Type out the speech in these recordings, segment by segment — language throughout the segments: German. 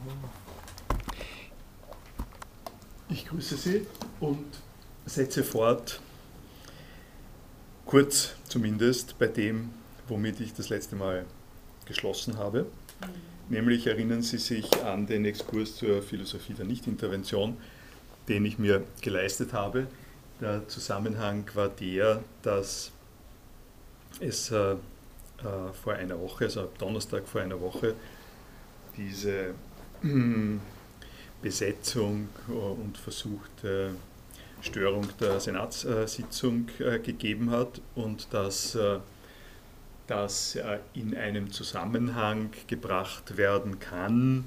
Ich grüße Sie und setze fort, kurz zumindest, bei dem, womit ich das letzte Mal geschlossen habe. Nämlich erinnern Sie sich an den Exkurs zur Philosophie der Nichtintervention, den ich mir geleistet habe. Der Zusammenhang war der, dass es vor einer Woche, also am Donnerstag vor einer Woche, diese Besetzung und versuchte Störung der Senatssitzung gegeben hat und dass das in einem Zusammenhang gebracht werden kann,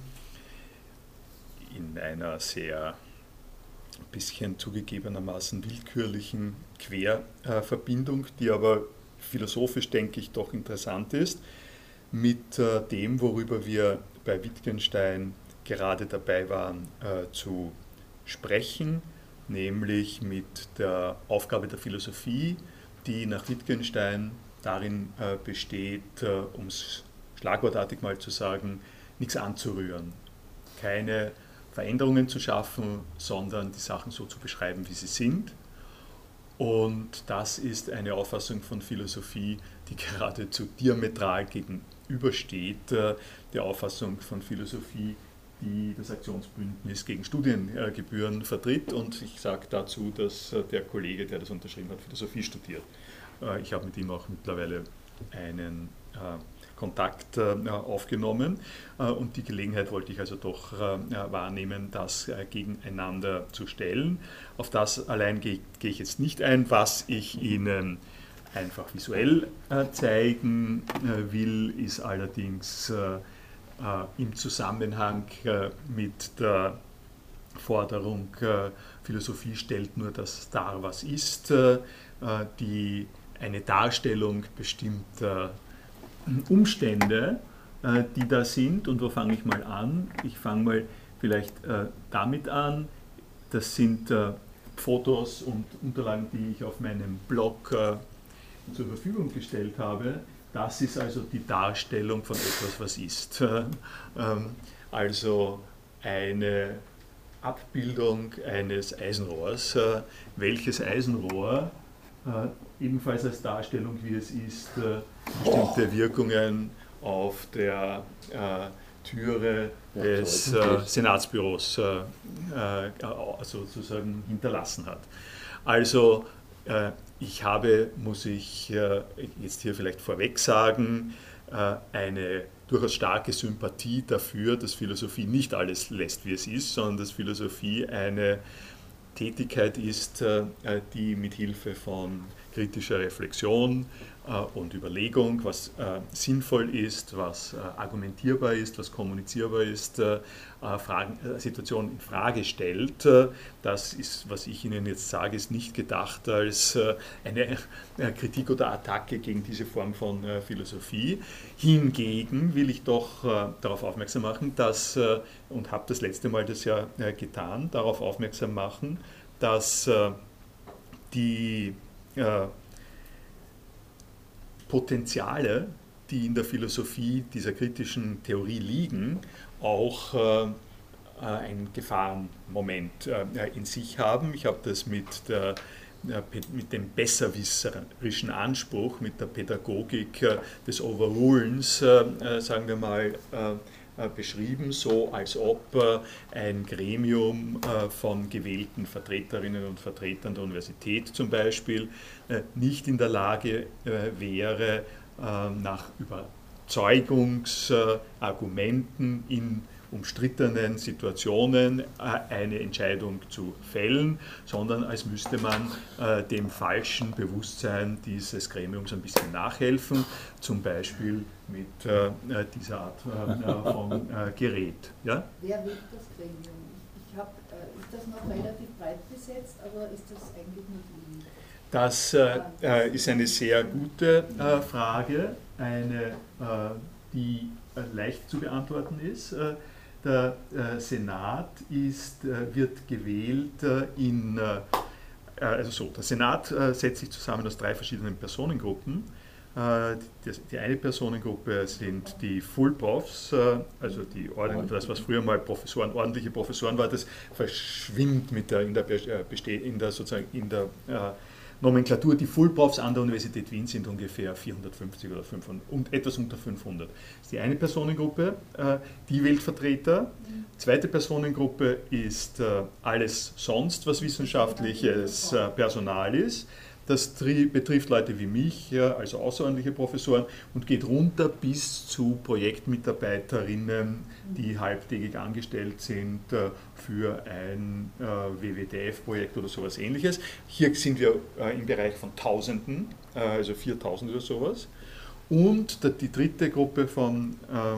in einer sehr ein bisschen zugegebenermaßen willkürlichen Querverbindung, die aber philosophisch, denke ich, doch interessant ist, mit dem, worüber wir bei Wittgenstein gerade dabei waren zu sprechen, nämlich mit der Aufgabe der Philosophie, die nach Wittgenstein darin besteht, um es schlagwortartig mal zu sagen, nichts anzurühren, keine Veränderungen zu schaffen, sondern die Sachen so zu beschreiben, wie sie sind. Und das ist eine Auffassung von Philosophie, die geradezu diametral gegenübersteht der Auffassung von Philosophie, die das Aktionsbündnis gegen Studiengebühren vertritt. Und ich sage dazu, dass der Kollege, der das unterschrieben hat, Philosophie studiert. Ich habe mit ihm auch mittlerweile einen Kontakt aufgenommen und die Gelegenheit wollte ich also doch wahrnehmen, das gegeneinander zu stellen. Auf das allein gehe ich jetzt nicht ein, was ich Ihnen einfach visuell zeigen will, ist allerdings im Zusammenhang mit der Forderung, Philosophie stellt nur das dar, was ist, die eine Darstellung bestimmter Umstände, die da sind. Und wo fange ich mal an? Ich fange mal vielleicht damit an. Das sind Fotos und Unterlagen, die ich auf meinem Blog zur Verfügung gestellt habe. Das ist also die Darstellung von etwas, was ist. Also eine Abbildung eines Eisenrohrs. Welches Eisenrohr ebenfalls als Darstellung, wie es ist, bestimmte Wirkungen auf der Türe des Senatsbüros sozusagen hinterlassen hat. Also ich habe, muss ich jetzt hier vielleicht vorweg sagen, eine durchaus starke Sympathie dafür, dass Philosophie nicht alles lässt, wie es ist, sondern dass Philosophie eine Tätigkeit ist, die mit Hilfe von kritischer Reflexion und Überlegung, was sinnvoll ist, was argumentierbar ist, was kommunizierbar ist, Situationen in Frage stellt. Das ist, was ich Ihnen jetzt sage, ist nicht gedacht als eine Kritik oder Attacke gegen diese Form von Philosophie. Hingegen will ich doch darauf aufmerksam machen, dass, und habe das letzte Mal das ja getan, darauf aufmerksam machen, dass die Potenziale, die in der Philosophie dieser kritischen Theorie liegen, auch ein Gefahrenmoment in sich haben. Ich habe das mit dem besserwisserischen Anspruch, mit der Pädagogik des Overrulens, sagen wir mal, beschrieben, so als ob ein Gremium von gewählten Vertreterinnen und Vertretern der Universität zum Beispiel nicht in der Lage wäre, nach Überzeugungsargumenten in umstrittenen Situationen eine Entscheidung zu fällen, sondern als müsste man dem falschen Bewusstsein dieses Gremiums ein bisschen nachhelfen, zum Beispiel mit dieser Art von Gerät. Ja? Wer wählt das Gremium? Ist das noch relativ breit besetzt, aber ist das eigentlich nicht lieb? Das ist eine sehr gute Frage, die leicht zu beantworten ist. Der Senat wird gewählt der Senat setzt sich zusammen aus 3 verschiedenen Personengruppen Die eine Personengruppe sind die Full Profs, also das, was früher mal ordentliche Professoren war, das verschwimmt in der Nomenklatur. Die Full Profs an der Universität Wien sind ungefähr 450 oder 500 und etwas unter 500. Das ist die eine Personengruppe, die Weltvertreter. Zweite Personengruppe ist alles sonst, was wissenschaftliches Personal ist. Das betrifft Leute wie mich, also außerordentliche Professoren, und geht runter bis zu Projektmitarbeiterinnen, die halbtägig angestellt sind für ein WWDF-Projekt oder sowas Ähnliches. Hier sind wir im Bereich von Tausenden, also 4000 oder sowas. Und die dritte Gruppe von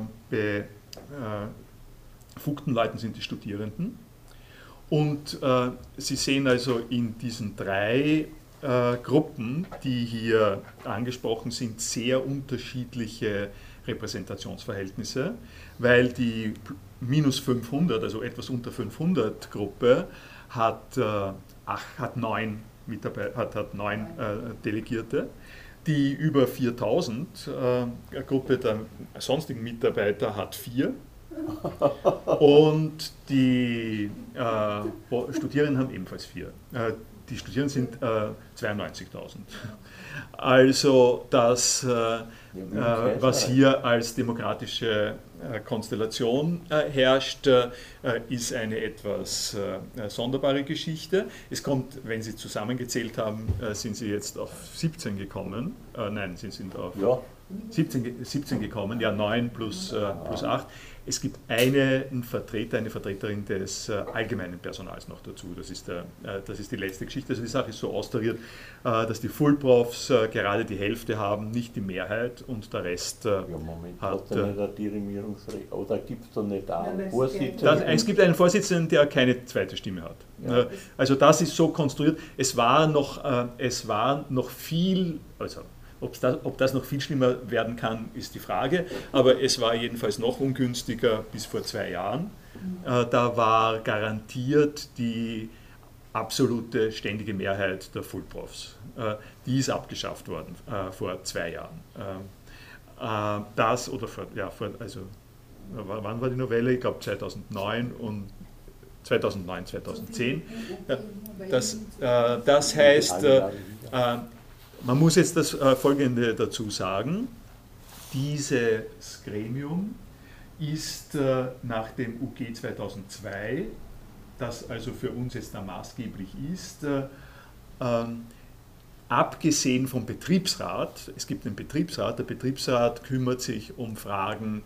befugten Leuten sind die Studierenden. Und Sie sehen also in diesen drei Gruppen, die hier angesprochen sind, sehr unterschiedliche Repräsentationsverhältnisse, weil die minus 500, also etwas unter 500 Gruppe, hat 9 Delegierte. Die über 4000 Gruppe der sonstigen Mitarbeiter hat 4. Und die Studierenden haben ebenfalls 4. Die Studierenden sind 92.000. Also das, was hier als demokratische Konstellation herrscht, ist eine etwas sonderbare Geschichte. Es kommt, wenn Sie zusammengezählt haben, sind Sie jetzt auf 17 gekommen. Nein, Sie sind auf 17 gekommen, ja 9 plus 8. Es gibt einen Vertreter, eine Vertreterin des allgemeinen Personals noch dazu. Das ist die letzte Geschichte. Also die Sache ist so austariert, dass die Full Profs gerade die Hälfte haben, nicht die Mehrheit, und der Rest hat... Oder gibt es da nicht einen Vorsitzenden? Es gibt einen Vorsitzenden, der keine zweite Stimme hat. Ja. Also das ist so konstruiert. Es war noch viel... Ob das noch viel schlimmer werden kann, ist die Frage, aber es war jedenfalls noch ungünstiger bis vor 2 Jahren. Da war garantiert die absolute ständige Mehrheit der Full Profs. Die ist abgeschafft worden vor 2 Jahren. Wann war die Novelle? Ich glaube 2009, 2010. Das heißt... Man muss jetzt das Folgende dazu sagen. Dieses Gremium ist nach dem UG 2002, das also für uns jetzt da maßgeblich ist, abgesehen vom Betriebsrat, es gibt einen Betriebsrat, der Betriebsrat kümmert sich um Fragen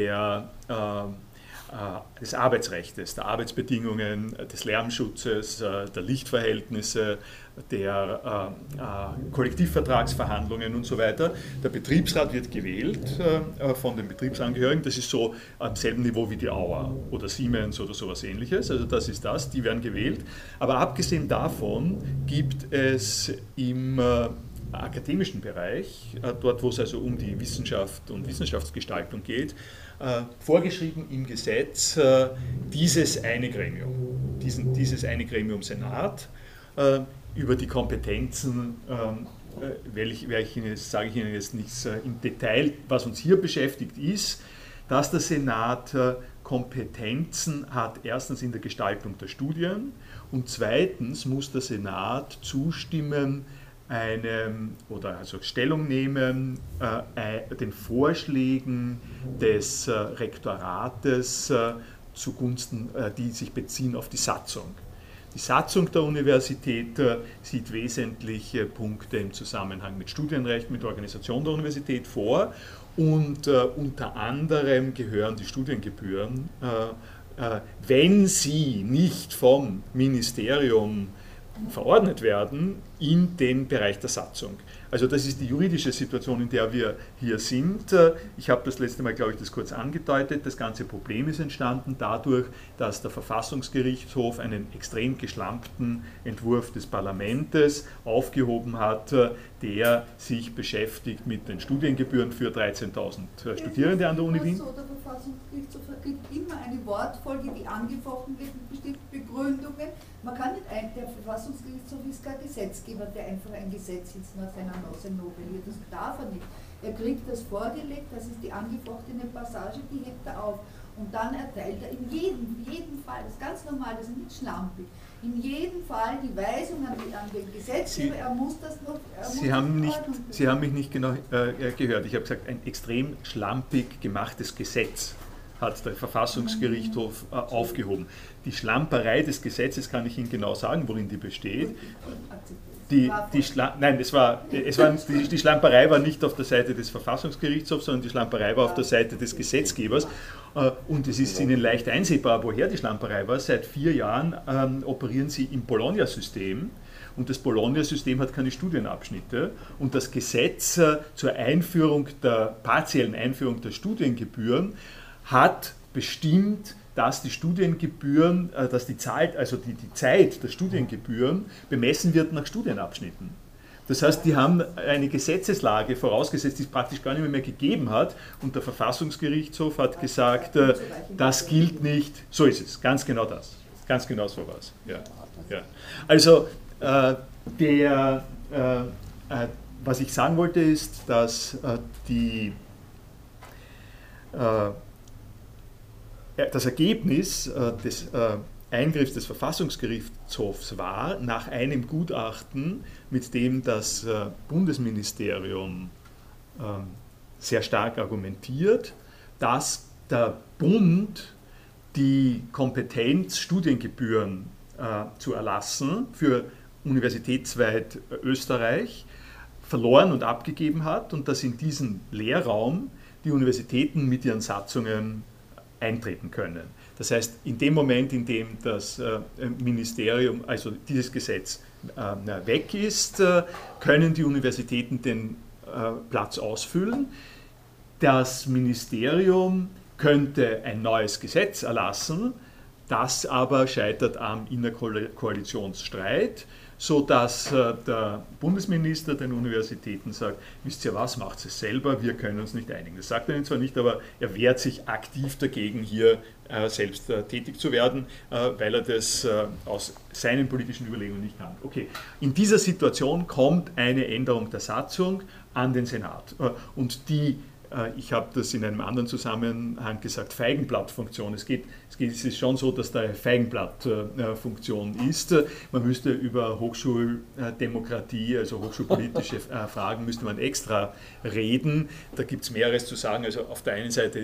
des Arbeitsrechts, der Arbeitsbedingungen, des Lärmschutzes, der Lichtverhältnisse, der Kollektivvertragsverhandlungen und so weiter. Der Betriebsrat wird gewählt von den Betriebsangehörigen. Das ist so am selben Niveau wie die Auer oder Siemens oder sowas Ähnliches. Also das ist das, die werden gewählt. Aber abgesehen davon gibt es im akademischen Bereich, dort wo es also um die Wissenschaft und Wissenschaftsgestaltung geht, vorgeschrieben im Gesetz dieses eine Gremium Senat. Über die Kompetenzen sage ich Ihnen jetzt nichts im Detail. Was uns hier beschäftigt ist, dass der Senat Kompetenzen hat, erstens in der Gestaltung der Studien, und zweitens muss der Senat zustimmen, Stellung nehmen den Vorschlägen des Rektorates zugunsten, die sich beziehen auf die Satzung. Die Satzung der Universität sieht wesentliche Punkte im Zusammenhang mit Studienrecht, mit Organisation der Universität vor, und unter anderem gehören die Studiengebühren, wenn sie nicht vom Ministerium verordnet werden, in den Bereich der Satzung. Also das ist die juridische Situation, in der wir hier sind. Ich habe das letzte Mal, glaube ich, das kurz angedeutet. Das ganze Problem ist entstanden dadurch, dass der Verfassungsgerichtshof einen extrem geschlampten Entwurf des Parlaments aufgehoben hat, der sich beschäftigt mit den Studiengebühren für 13.000 Studierende an der Uni Wien. Der Verfassungsgerichtshof gibt immer eine Wortfolge, die angefochten wird mit bestimmten Begründungen. Man kann nicht der Verfassungsgerichtshof ist kein Gesetzgeber. jemand, der einfach ein Gesetz jetzt nach seiner Nase novelliert. Das darf er nicht. Er kriegt das vorgelegt, das ist die angefochtene Passage, die hebt er auf. Und dann erteilt er in jedem Fall, das ist ganz normal, das ist nicht schlampig, in jedem Fall die Weisung an den Gesetzgeber, er muss das noch. Sie haben mich nicht genau gehört. Ich habe gesagt, ein extrem schlampig gemachtes Gesetz hat der Verfassungsgerichtshof aufgehoben. Die Schlamperei des Gesetzes kann ich Ihnen genau sagen, worin die besteht. Die Schlamperei war nicht auf der Seite des Verfassungsgerichtshofs, sondern die Schlamperei war auf der Seite des Gesetzgebers. Und es ist Ihnen leicht einsehbar, woher die Schlamperei war. Seit 4 Jahren operieren Sie im Bologna-System. Und das Bologna-System hat keine Studienabschnitte. Und das Gesetz zur partiellen Einführung der Studiengebühren hat bestimmt, dass die Studiengebühren, dass die Zeit der Studiengebühren bemessen wird nach Studienabschnitten. Das heißt, die haben eine Gesetzeslage vorausgesetzt, die es praktisch gar nicht mehr gegeben hat. Und der Verfassungsgerichtshof hat gesagt, das gilt nicht. So ist es, ganz genau das. Ganz genau so war es. Ja. Ja. Also, was ich sagen wollte, ist, dass das Ergebnis des Eingriffs des Verfassungsgerichtshofs war, nach einem Gutachten, mit dem das Bundesministerium sehr stark argumentiert, dass der Bund die Kompetenz, Studiengebühren zu erlassen für universitätsweit Österreich verloren und abgegeben hat und dass in diesen Lehrraum die Universitäten mit ihren Satzungen eintreten können. Das heißt, in dem Moment, in dem das Ministerium, also dieses Gesetz weg ist, können die Universitäten den Platz ausfüllen. Das Ministerium könnte ein neues Gesetz erlassen, das aber scheitert am Innerkoalitionsstreit, sodass der Bundesminister den Universitäten sagt, wisst ihr was, macht es selber, wir können uns nicht einigen. Das sagt er ihnen zwar nicht, aber er wehrt sich aktiv dagegen, hier selbst tätig zu werden, weil er das aus seinen politischen Überlegungen nicht kann. Okay, in dieser Situation kommt eine Änderung der Satzung an den Senat. Und ich habe das in einem anderen Zusammenhang gesagt, Feigenblattfunktion. Es ist schon so, dass da eine Feigenblattfunktion ist. Man müsste über Hochschuldemokratie, also hochschulpolitische Fragen, müsste man extra reden. Da gibt es mehreres zu sagen. Also auf der einen Seite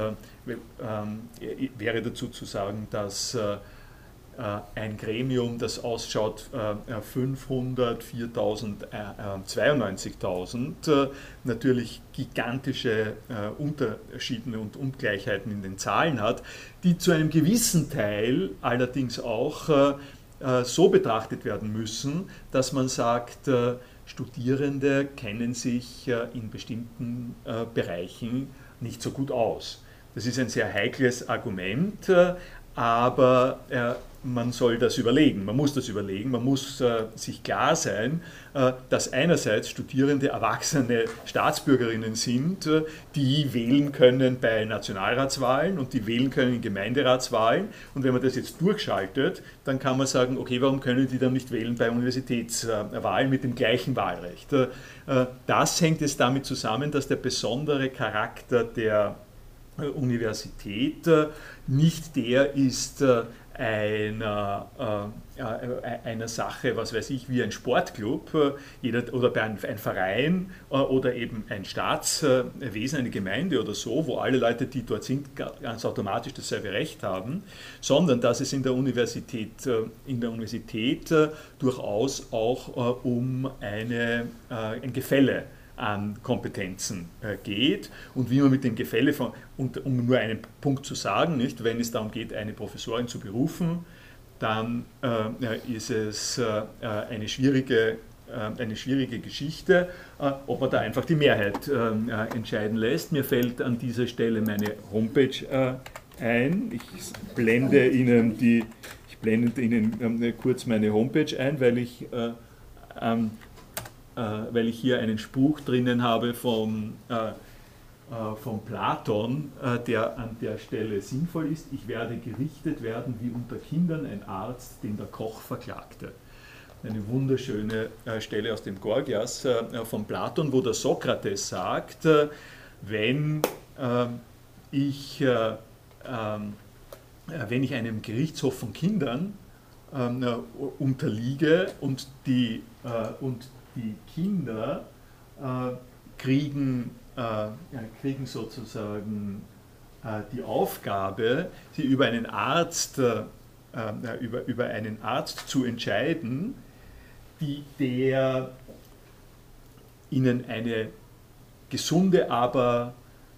wäre dazu zu sagen, dass ein Gremium, das ausschaut 500, 4.000, 92.000, natürlich gigantische Unterschiede und Ungleichheiten in den Zahlen hat, die zu einem gewissen Teil allerdings auch so betrachtet werden müssen, dass man sagt, Studierende kennen sich in bestimmten Bereichen nicht so gut aus. Das ist ein sehr heikles Argument, aber man soll das überlegen, man muss das überlegen, man muss sich klar sein, dass einerseits Studierende erwachsene Staatsbürgerinnen sind, die wählen können bei Nationalratswahlen und die wählen können in Gemeinderatswahlen. Und wenn man das jetzt durchschaltet, dann kann man sagen, okay, warum können die dann nicht wählen bei Universitätswahlen mit dem gleichen Wahlrecht? Das hängt jetzt damit zusammen, dass der besondere Charakter der Universität nicht der ist einer Sache, was weiß ich, wie ein Sportclub oder ein Verein oder eben ein Staatswesen, eine Gemeinde oder so, wo alle Leute, die dort sind, ganz automatisch dasselbe Recht haben, sondern dass es in der Universität durchaus auch um ein Gefälle an Kompetenzen geht und wie man mit dem Gefälle und um nur einen Punkt zu sagen, nicht, wenn es darum geht, eine Professorin zu berufen, dann ist es eine schwierige Geschichte, ob man da einfach die Mehrheit entscheiden lässt. Mir fällt an dieser Stelle meine Homepage ein. Ich blende Ihnen kurz meine Homepage ein, weil ich hier einen Spruch drinnen habe von Platon, der an der Stelle sinnvoll ist. Ich werde gerichtet werden wie unter Kindern ein Arzt, den der Koch verklagte. eine wunderschöne Stelle aus dem Gorgias von Platon, wo der Sokrates sagt, wenn ich einem Gerichtshof von Kindern unterliege und die Kinder kriegen sozusagen die Aufgabe, sie über einen Arzt zu entscheiden, der ihnen eine gesunde, aber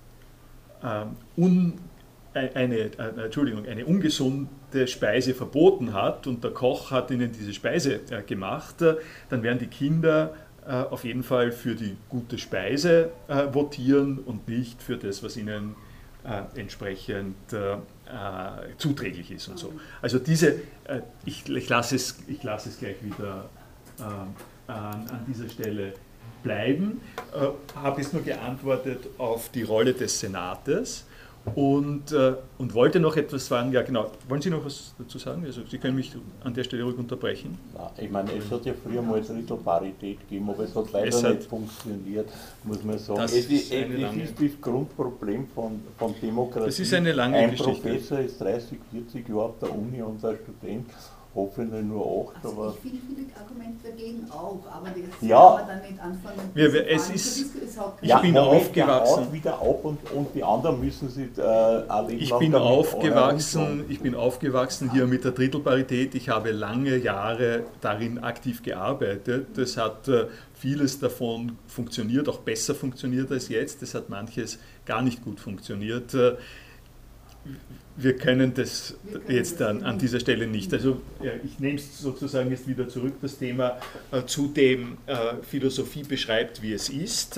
eine ungesunde Speise verboten hat und der Koch hat ihnen diese Speise gemacht, dann werden die Kinder auf jeden Fall für die gute Speise votieren und nicht für das, was ihnen entsprechend zuträglich ist und so. Also ich lasse es gleich wieder an dieser Stelle bleiben, habe jetzt nur geantwortet auf die Rolle des Senates und wollte noch etwas sagen. Ja, genau. Wollen Sie noch was dazu sagen? Also Sie können mich an der Stelle ruhig unterbrechen. Nein, ich meine, es hat ja früher mal Drittelparität gegeben, aber es hat leider nicht funktioniert, muss man sagen. Es ist das Grundproblem von Demokratie. Das ist eine lange Geschichte. Ein Professor ist 30, 40 Jahre auf der Uni und ein Student hoffentlich nur 8. Also aber ich finde viele Argumente dagegen auch, aber das ja, kann man dann nicht anfangen. Ich bin aufgewachsen. Der wieder ab und die anderen müssen sich ich bin aufgewachsen hier mit der Drittelparität. Ich habe lange Jahre darin aktiv gearbeitet. Das hat vieles davon funktioniert, auch besser funktioniert als jetzt. Das hat manches gar nicht gut funktioniert. Wir können das jetzt an dieser Stelle nicht. Also ich nehme es sozusagen jetzt wieder zurück, das Thema, zu dem Philosophie beschreibt, wie es ist.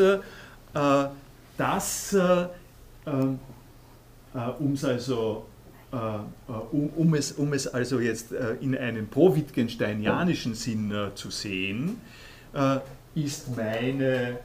Um es also jetzt in einem pro-Wittgensteinianischen Sinn zu sehen, ist meine,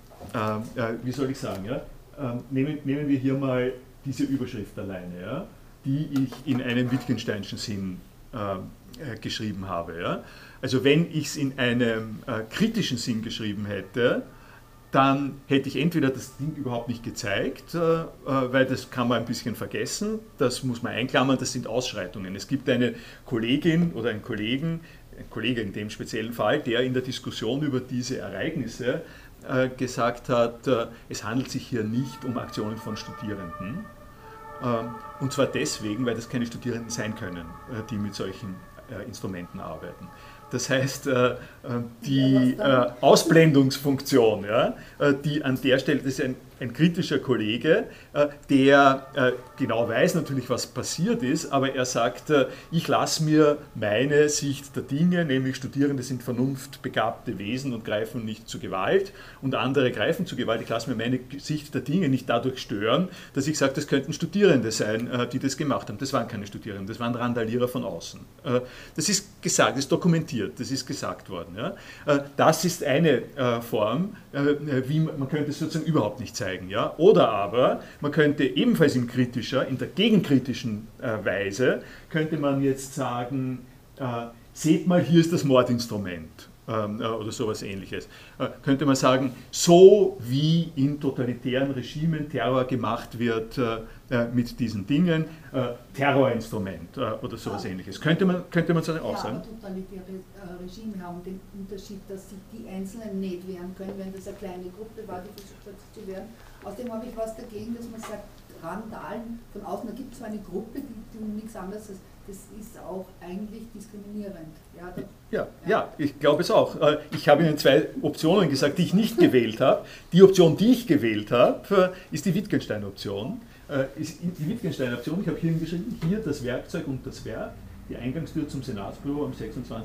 wie soll ich sagen, ja? Nehmen wir hier mal diese Überschrift alleine, ja, die ich in einem Wittgensteinschen Sinn geschrieben habe. Ja. Also wenn ich es in einem kritischen Sinn geschrieben hätte, dann hätte ich entweder das Ding überhaupt nicht gezeigt, weil das kann man ein bisschen vergessen, das muss man einklammern, das sind Ausschreitungen. Es gibt eine Kollegin oder einen Kollegen, ein Kollege in dem speziellen Fall, der in der Diskussion über diese Ereignisse gesagt hat, es handelt sich hier nicht um Aktionen von Studierenden. Und zwar deswegen, weil das keine Studierenden sein können, die mit solchen Instrumenten arbeiten. Das heißt, die Ausblendungsfunktion, ja, die an der Stelle, das ist ein kritischer Kollege, der genau weiß natürlich, was passiert ist, aber er sagt, ich lasse mir meine Sicht der Dinge, nämlich Studierende sind vernunftbegabte Wesen und greifen nicht zu Gewalt und andere greifen zu Gewalt, ich lasse mir meine Sicht der Dinge nicht dadurch stören, dass ich sage, das könnten Studierende sein, die das gemacht haben. Das waren keine Studierenden, das waren Randalierer von außen. Das ist gesagt, das ist dokumentiert, das ist gesagt worden. Ja. Das ist eine Form, wie man könnte es sozusagen überhaupt nicht zeigen. Ja? Oder aber, man könnte ebenfalls in der gegenkritischen Weise, könnte man jetzt sagen, seht mal, hier ist das Mordinstrument oder sowas Ähnliches. Könnte man sagen, so wie in totalitären Regimen Terror gemacht wird mit diesen Dingen, Terrorinstrument oder sowas Ähnliches. Könnte man so auch sagen? Aber totalitäre Regime haben den Unterschied, dass sich die Einzelnen nicht wehren können, wenn das eine kleine Gruppe war, die versucht hat zu wehren. Außerdem habe ich was dagegen, dass man sagt, Randalen von außen, da gibt es zwar eine Gruppe, die nichts anderes ist, das ist auch eigentlich diskriminierend. Ja, ich glaube es auch. Ich habe Ihnen 2 Optionen gesagt, die ich nicht gewählt habe. Die Option, die ich gewählt habe, ist die Wittgenstein-Option. Die Wittgenstein-Option, ich habe hier geschrieben, hier das Werkzeug und das Werk, die Eingangstür zum Senatsbüro am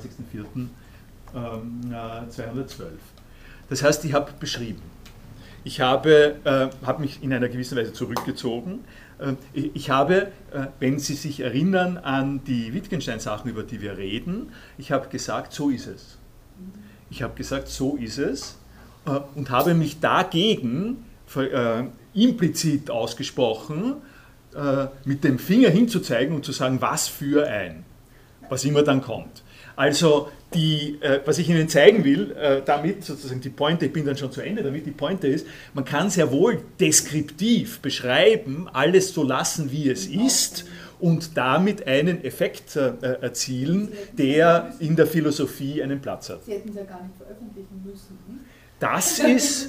26.04.212. Das heißt, ich habe beschrieben. Ich habe mich in einer gewissen Weise zurückgezogen. Ich habe, wenn Sie sich erinnern an die Wittgenstein-Sachen, über die wir reden, ich habe gesagt, so ist es. Ich habe gesagt, so ist es und habe mich dagegen implizit ausgesprochen, mit dem Finger hinzuzeigen und zu sagen, was für ein, was immer dann kommt. Also was ich Ihnen zeigen will, damit sozusagen die Pointe, ich bin dann schon zu Ende, damit die Pointe ist, man kann sehr wohl deskriptiv beschreiben, alles so lassen, wie es ist, und damit einen Effekt erzielen, der in der Philosophie einen Platz hat. Sie hätten es ja gar nicht veröffentlichen müssen, nicht? Das ist,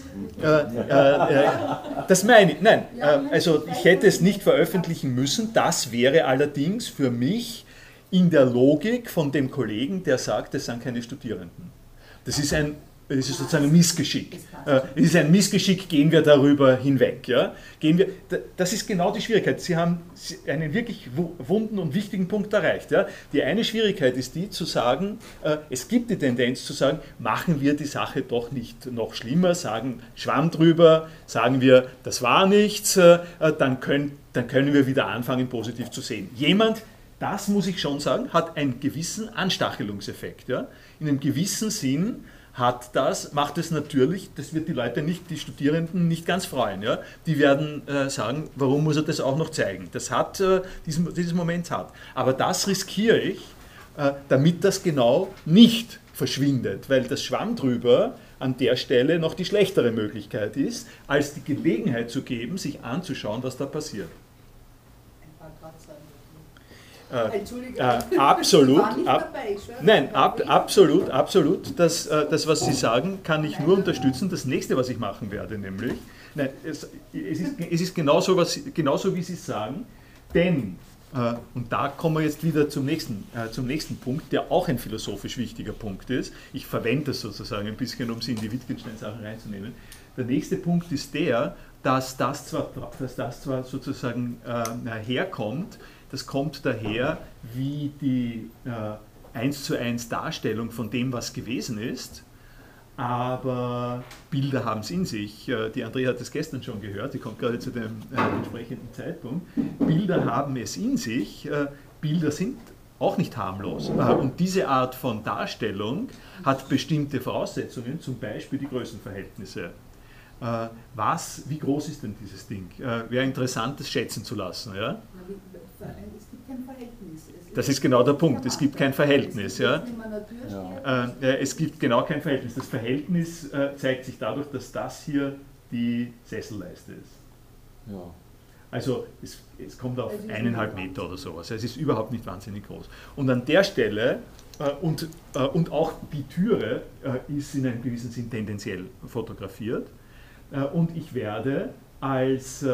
das meine ich, nein, also ich hätte es nicht veröffentlichen müssen, das wäre allerdings für mich in der Logik von dem Kollegen, der sagt, es sind keine Studierenden. Das ist sozusagen ein Missgeschick. Es ist ein Missgeschick, gehen wir darüber hinweg. Ja? Das ist genau die Schwierigkeit. Sie haben einen wirklich wunden und wichtigen Punkt erreicht. Ja? Die eine Schwierigkeit ist die, zu sagen, es gibt die Tendenz zu sagen, machen wir die Sache doch nicht noch schlimmer, sagen Schwamm drüber, sagen wir, das war nichts, dann können wir wieder anfangen, positiv zu sehen. Jemand, das muss ich schon sagen, hat einen gewissen Anstachelungseffekt. Ja? In einem gewissen Sinn macht es natürlich, das wird die Studierenden nicht ganz freuen. Ja? Die werden sagen, warum muss er das auch noch zeigen? Das hat, dieses Moment hat. Aber das riskiere ich, damit das genau nicht verschwindet, weil das Schwamm drüber an der Stelle noch die schlechtere Möglichkeit ist, als die Gelegenheit zu geben, sich anzuschauen, was da passiert. Absolut. Absolut. Das, was Sie sagen, kann ich nur unterstützen. Das nächste, was ich machen werde, nämlich, es ist genauso, wie Sie sagen, denn, und da kommen wir jetzt wieder zum nächsten Punkt, der auch ein philosophisch wichtiger Punkt ist. Ich verwende das sozusagen ein bisschen, um Sie in die Wittgenstein-Sachen reinzunehmen. Der nächste Punkt ist der, dass das zwar sozusagen herkommt, das kommt daher, wie die 1:1 Darstellung von dem, was gewesen ist, aber Bilder haben es in sich. Die Andrea hat es gestern schon gehört, die kommt gerade zu dem entsprechenden Zeitpunkt. Bilder haben es in sich, Bilder sind auch nicht harmlos. Und diese Art von Darstellung hat bestimmte Voraussetzungen, zum Beispiel die Größenverhältnisse. Wie groß ist denn dieses Ding? Wäre interessant, das schätzen zu lassen. Ja? Es gibt kein Verhältnis. Das ist genau der Punkt, es gibt kein Verhältnis. Ja? Es gibt genau kein Verhältnis. Das Verhältnis zeigt sich dadurch, dass das hier die Sesselleiste ist. Ja. Also es kommt auf 1,5 Meter oder sowas. Es ist überhaupt nicht wahnsinnig groß. Und an der Stelle, und auch die Türe ist in einem gewissen Sinn tendenziell fotografiert. Und ich werde als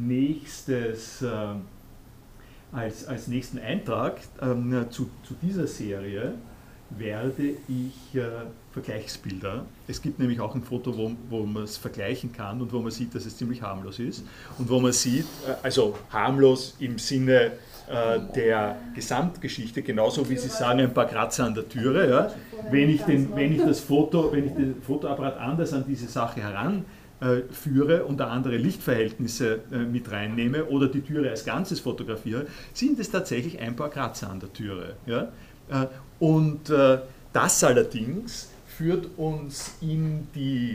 nächsten Eintrag zu dieser Serie werde ich Vergleichsbilder. Es gibt nämlich auch ein Foto, wo man es vergleichen kann und wo man sieht, dass es ziemlich harmlos ist. Und wo man sieht, also harmlos im Sinne der Gesamtgeschichte, genauso wie Sie sagen, ein paar Kratzer an der Türe. Ja. Wenn ich den Fotoapparat anders an diese Sache heranführe und andere Lichtverhältnisse mit reinnehme oder die Türe als Ganzes fotografiere, sind es tatsächlich ein paar Kratzer an der Türe. Ja? Und das allerdings führt uns in die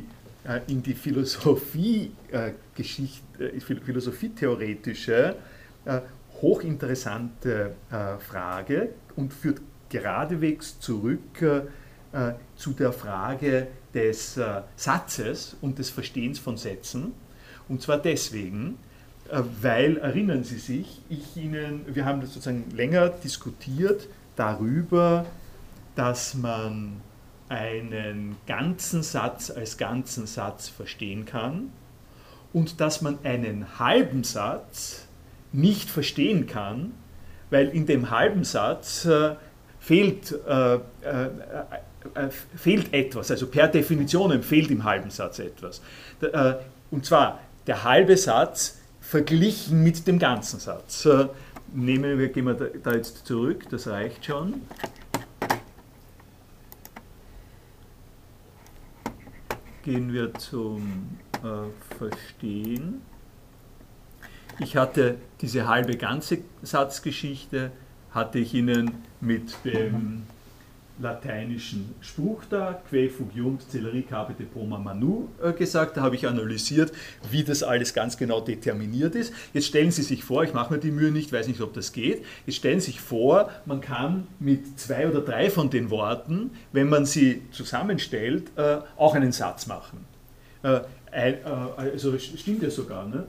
philosophietheoretische, hochinteressante Frage und führt geradewegs zurück zu der Frage des Satzes und des Verstehens von Sätzen. Und zwar deswegen, weil, erinnern Sie sich, wir haben das sozusagen länger diskutiert darüber, dass man einen ganzen Satz als ganzen Satz verstehen kann und dass man einen halben Satz nicht verstehen kann, weil in dem halben Satz fehlt etwas, also per Definition fehlt im halben Satz etwas. Und zwar der halbe Satz verglichen mit dem ganzen Satz. Gehen wir da jetzt zurück, das reicht schon. Gehen wir zum Verstehen. Ich hatte diese halbe ganze Satzgeschichte, hatte ich Ihnen mit dem lateinischen Spruch da, Quae fugiunt celeri capite poma manu, gesagt. Da habe ich analysiert, wie das alles ganz genau determiniert ist. Jetzt stellen Sie sich vor, ich mache mir die Mühe nicht, weiß nicht, ob das geht, jetzt stellen Sie sich vor, man kann mit 2 oder 3 von den Worten, wenn man sie zusammenstellt, auch einen Satz machen. Also stimmt ja sogar, nicht?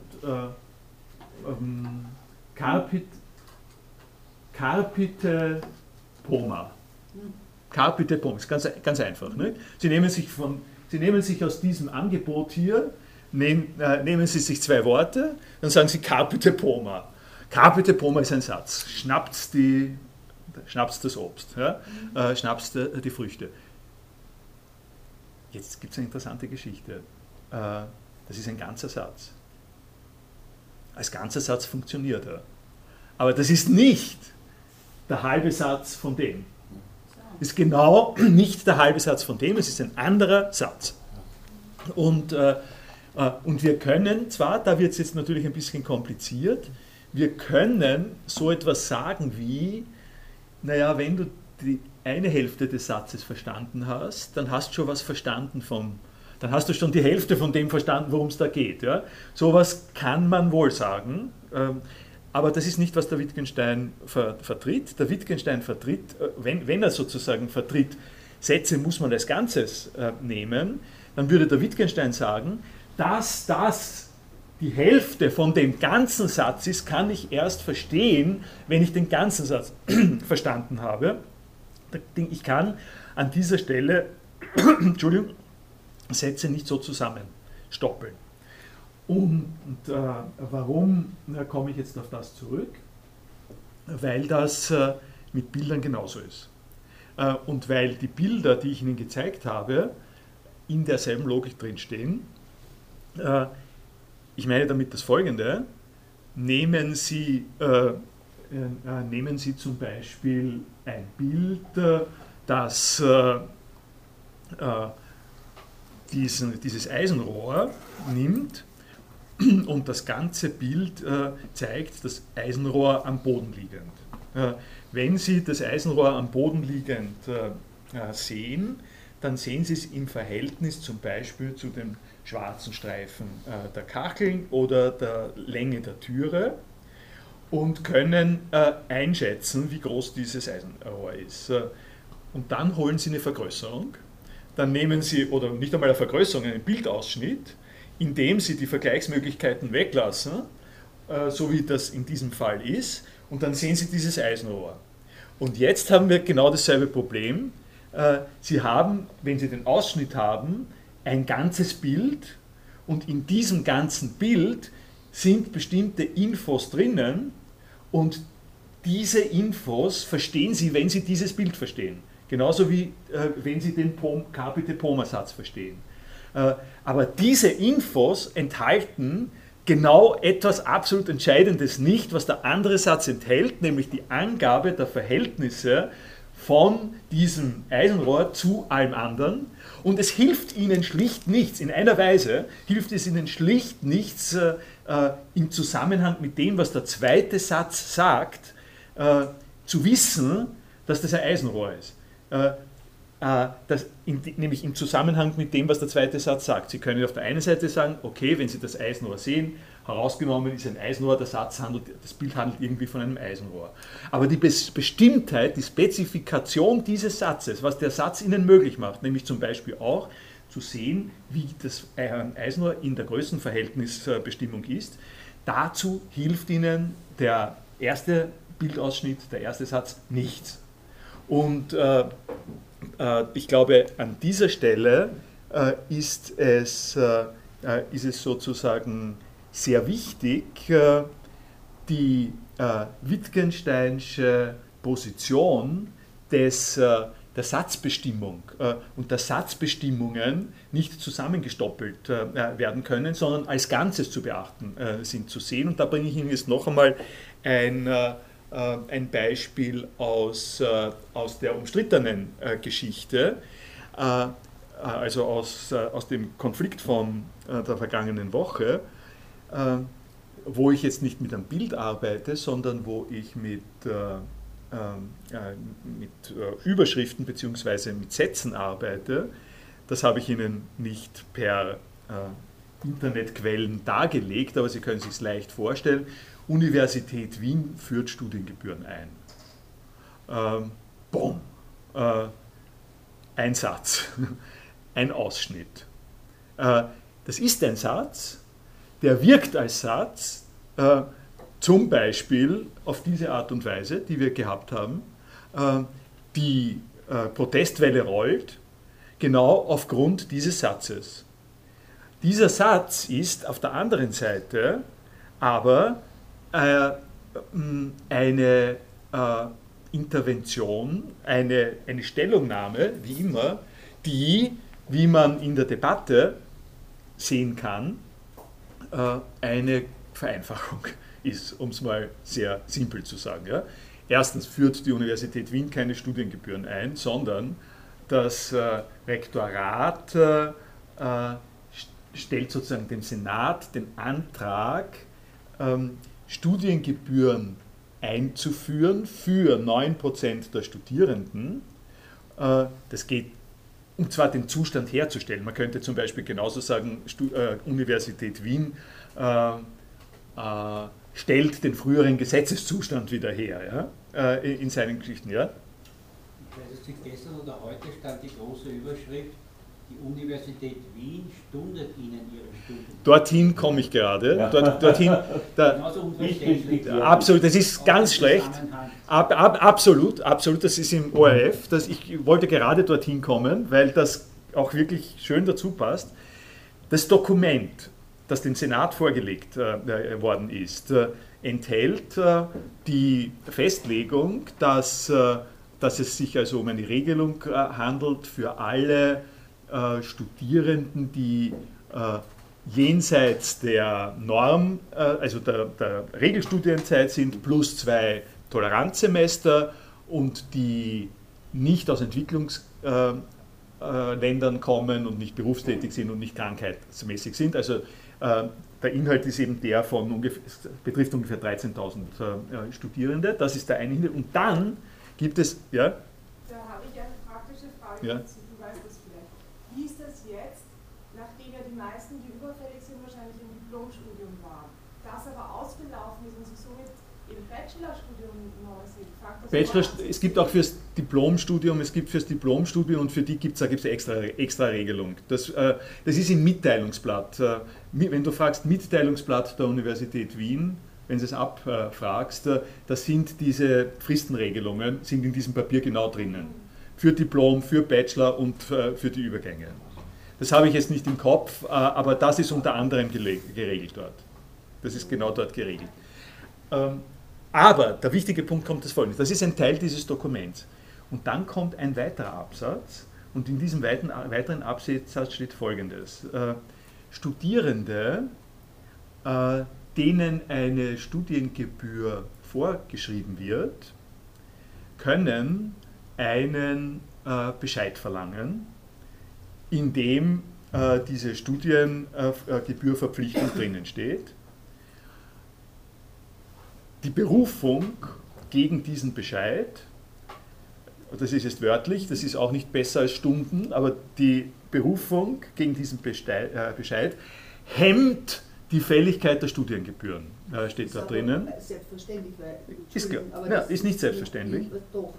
Carpite poma. Carpite poma, ist ganz einfach. Nicht? Sie nehmen sich aus diesem Angebot hier, nehmen Sie sich 2 Worte, dann sagen Sie Carpite poma. Carpite poma ist ein Satz. Schnappt das Obst, ja? Schnappt die Früchte. Jetzt gibt es eine interessante Geschichte. Das ist ein ganzer Satz. Als ganzer Satz funktioniert er. Aber das ist nicht der halbe Satz von dem. Ist genau nicht der halbe Satz von dem, es ist ein anderer Satz. Und wir können zwar, da wird es jetzt natürlich ein bisschen kompliziert, wir können so etwas sagen wie, naja, wenn du die eine Hälfte des Satzes verstanden hast, dann hast du schon was verstanden dann hast du schon die Hälfte von dem verstanden, worum es da geht. Ja? Sowas kann man wohl sagen. Aber das ist nicht, was der Wittgenstein vertritt. Der Wittgenstein vertritt, wenn er sozusagen vertritt, Sätze muss man als Ganzes nehmen, dann würde der Wittgenstein sagen, dass das die Hälfte von dem ganzen Satz ist, kann ich erst verstehen, wenn ich den ganzen Satz verstanden habe. Ich kann an dieser Stelle Entschuldigung, Sätze nicht so zusammenstoppeln. Und warum komme ich jetzt auf das zurück? Weil das mit Bildern genauso ist. Und weil die Bilder, die ich Ihnen gezeigt habe, in derselben Logik drinstehen. Ich meine damit das Folgende: Nehmen Sie zum Beispiel ein Bild, das dieses Eisenrohr nimmt und das ganze Bild zeigt das Eisenrohr am Boden liegend. Wenn Sie das Eisenrohr am Boden liegend sehen, dann sehen Sie es im Verhältnis zum Beispiel zu den schwarzen Streifen der Kacheln oder der Länge der Türe und können einschätzen, wie groß dieses Eisenrohr ist. Und dann holen Sie eine Vergrößerung. Dann nehmen Sie, oder nicht einmal eine Vergrößerung, einen Bildausschnitt, in dem Sie die Vergleichsmöglichkeiten weglassen, so wie das in diesem Fall ist, und dann sehen Sie dieses Eisenrohr. Und jetzt haben wir genau dasselbe Problem. Sie haben, wenn Sie den Ausschnitt haben, ein ganzes Bild, und in diesem ganzen Bild sind bestimmte Infos drinnen, und diese Infos verstehen Sie, wenn Sie dieses Bild verstehen. Genauso wie wenn Sie den Carpite poma-Satz verstehen. Aber diese Infos enthalten genau etwas absolut Entscheidendes nicht, was der andere Satz enthält, nämlich die Angabe der Verhältnisse von diesem Eisenrohr zu allem anderen. Und es hilft Ihnen schlicht nichts, in einer Weise hilft es Ihnen schlicht nichts im Zusammenhang mit dem, was der zweite Satz sagt, zu wissen, dass das ein Eisenrohr ist. Nämlich im Zusammenhang mit dem, was der zweite Satz sagt. Sie können auf der einen Seite sagen, okay, wenn Sie das Eisenrohr sehen, herausgenommen ist ein Eisenrohr, das Bild handelt irgendwie von einem Eisenrohr. Aber die Bestimmtheit, die Spezifikation dieses Satzes, was der Satz Ihnen möglich macht, nämlich zum Beispiel auch zu sehen, wie das Eisenrohr in der Größenverhältnisbestimmung ist, dazu hilft Ihnen der erste Bildausschnitt, der erste Satz nichts. Und ich glaube, an dieser Stelle ist es sozusagen sehr wichtig, die Wittgensteinsche Position der Satzbestimmung und der Satzbestimmungen nicht zusammengestoppelt werden können, sondern als Ganzes zu beachten sind, zu sehen. Und da bringe ich Ihnen jetzt noch einmal ein Beispiel aus der umstrittenen Geschichte, also aus dem Konflikt von der vergangenen Woche, wo ich jetzt nicht mit einem Bild arbeite, sondern wo ich mit Überschriften bzw. mit Sätzen arbeite, das habe ich Ihnen nicht per Internetquellen dargelegt, aber Sie können sich es leicht vorstellen. Universität Wien führt Studiengebühren ein. Ein Satz, ein Ausschnitt. Das ist ein Satz, der wirkt als Satz, zum Beispiel auf diese Art und Weise, die wir gehabt haben. Die Protestwelle rollt, genau aufgrund dieses Satzes. Dieser Satz ist auf der anderen Seite aber eine Intervention, eine Stellungnahme, wie immer, die, wie man in der Debatte sehen kann, eine Vereinfachung ist, um es mal sehr simpel zu sagen. Ja. Erstens führt die Universität Wien keine Studiengebühren ein, sondern das Rektorat stellt sozusagen dem Senat den Antrag, Studiengebühren einzuführen für 9% der Studierenden. Das geht, um zwar den Zustand herzustellen. Man könnte zum Beispiel genauso sagen, Universität Wien stellt den früheren Gesetzeszustand wieder her, ja, in seinen Geschichten. Ja? Ich weiß nicht, gestern oder heute stand die große Überschrift: Die Universität Wien stundet Ihnen Ihren Studium. Dorthin komme ich gerade. Ja. Dorthin, absolut, das ist ganz schlecht. Absolut, das ist im ORF. Ich wollte gerade dorthin kommen, weil das auch wirklich schön dazu passt. Das Dokument, das dem Senat vorgelegt worden ist, enthält die Festlegung, dass es sich also um eine Regelung handelt für alle Studierenden, die jenseits der Norm, also der Regelstudienzeit sind, plus 2 Toleranzsemester und die nicht aus Entwicklungsländern kommen und nicht berufstätig sind und nicht krankheitsmäßig sind. Also der Inhalt ist eben der betrifft ungefähr 13.000 Studierende. Das ist der eine Hintergrund. Und dann gibt es, ja? Da habe ich eine praktische Frage dazu. Du weißt das vielleicht. Wie ist das jetzt, nachdem ja die meisten, die überfällig sind, wahrscheinlich im Diplomstudium waren, das aber ausgelaufen ist und sie somit im Bachelorstudium neu sind? Es gibt auch fürs Diplomstudium, und für die gibt es extra Regelung. Das ist im Mitteilungsblatt. Wenn du fragst, Mitteilungsblatt der Universität Wien, wenn du es abfragst, das sind diese Fristenregelungen, sind in diesem Papier genau drinnen. Für Diplom, für Bachelor und für die Übergänge. Das habe ich jetzt nicht im Kopf, aber das ist unter anderem geregelt dort. Das ist genau dort geregelt. Aber der wichtige Punkt kommt das Folgende. Das ist ein Teil dieses Dokuments. Und dann kommt ein weiterer Absatz und in diesem weiteren Absatz steht Folgendes. Studierende, denen eine Studiengebühr vorgeschrieben wird, können einen Bescheid verlangen, in dem diese Studiengebührverpflichtung drinnen steht. Die Berufung gegen diesen Bescheid, das ist jetzt wörtlich, das ist auch nicht besser als Stunden, aber die Berufung gegen diesen Bescheid hemmt die Fälligkeit der Studiengebühren, steht da drinnen. Selbstverständlich, weil ist nicht selbstverständlich. Doch.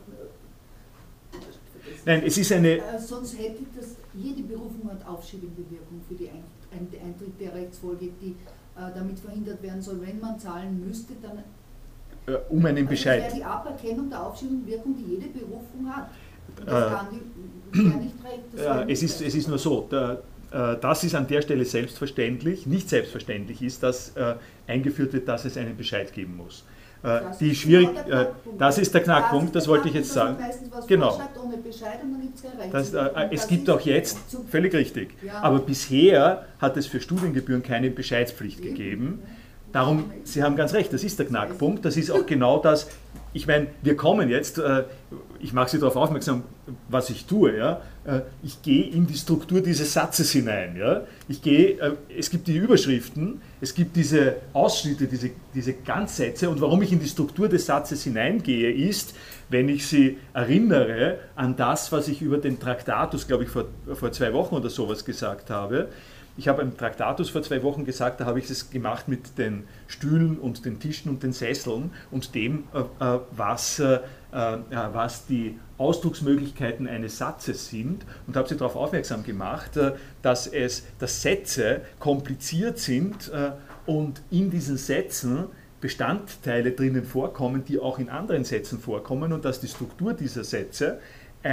Nein, es ist eine... Sonst hätte jede Berufung hat aufschiebende Wirkung für die Eintritt der Rechtsfolge, die damit verhindert werden soll. Wenn man zahlen müsste, dann... um einen Bescheid. Das wäre die Aberkennung der aufschiebenden Wirkung, die jede Berufung hat. Das kann die nicht recht. Es ist nur so, das ist an der Stelle selbstverständlich. Nicht selbstverständlich ist, dass eingeführt wird, dass es einen Bescheid geben muss. Das ist der Knackpunkt, das wollte ich jetzt sagen. Genau. Es gibt auch jetzt, völlig richtig, aber bisher hat es für Studiengebühren keine Bescheidspflicht gegeben, Darum, Sie haben ganz recht, das ist der Knackpunkt, das ist auch genau das, ich meine, wir kommen jetzt, ich mache Sie darauf aufmerksam, was ich tue, ja? Ich gehe in die Struktur dieses Satzes hinein, ja? Es gibt die Überschriften, es gibt diese Ausschnitte, diese Ganzsätze, und warum ich in die Struktur des Satzes hineingehe, ist, wenn ich Sie erinnere an das, was ich über den Traktatus, glaube ich, vor 2 Wochen oder sowas gesagt habe. Ich habe im Traktatus vor 2 Wochen gesagt, da habe ich es gemacht mit den Stühlen und den Tischen und den Sesseln und dem, was die Ausdrucksmöglichkeiten eines Satzes sind, und habe Sie darauf aufmerksam gemacht, dass Sätze kompliziert sind und in diesen Sätzen Bestandteile drinnen vorkommen, die auch in anderen Sätzen vorkommen, und dass die Struktur dieser Sätze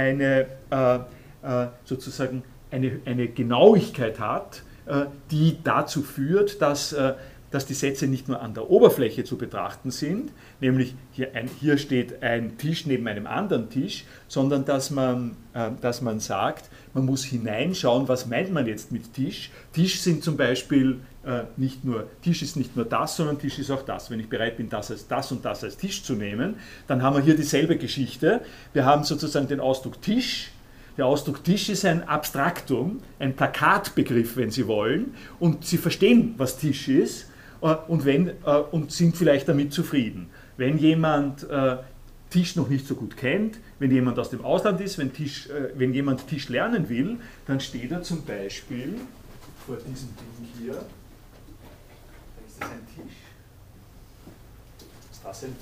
sozusagen eine Genauigkeit hat, die dazu führt, dass die Sätze nicht nur an der Oberfläche zu betrachten sind, nämlich hier steht ein Tisch neben einem anderen Tisch, sondern dass man sagt, man muss hineinschauen, was meint man jetzt mit Tisch. Tisch sind zum Beispiel Tisch ist nicht nur das, sondern Tisch ist auch das. Wenn ich bereit bin, das und das als Tisch zu nehmen, dann haben wir hier dieselbe Geschichte. Wir haben sozusagen den Ausdruck Tisch. Der Ausdruck Tisch ist ein Abstraktum, ein Plakatbegriff, wenn Sie wollen, und Sie verstehen, was Tisch ist, und sind vielleicht damit zufrieden. Wenn jemand Tisch noch nicht so gut kennt, wenn jemand aus dem Ausland ist, wenn jemand Tisch lernen will, dann steht er zum Beispiel vor diesem Ding hier. Ist das ein Tisch? Ist das ein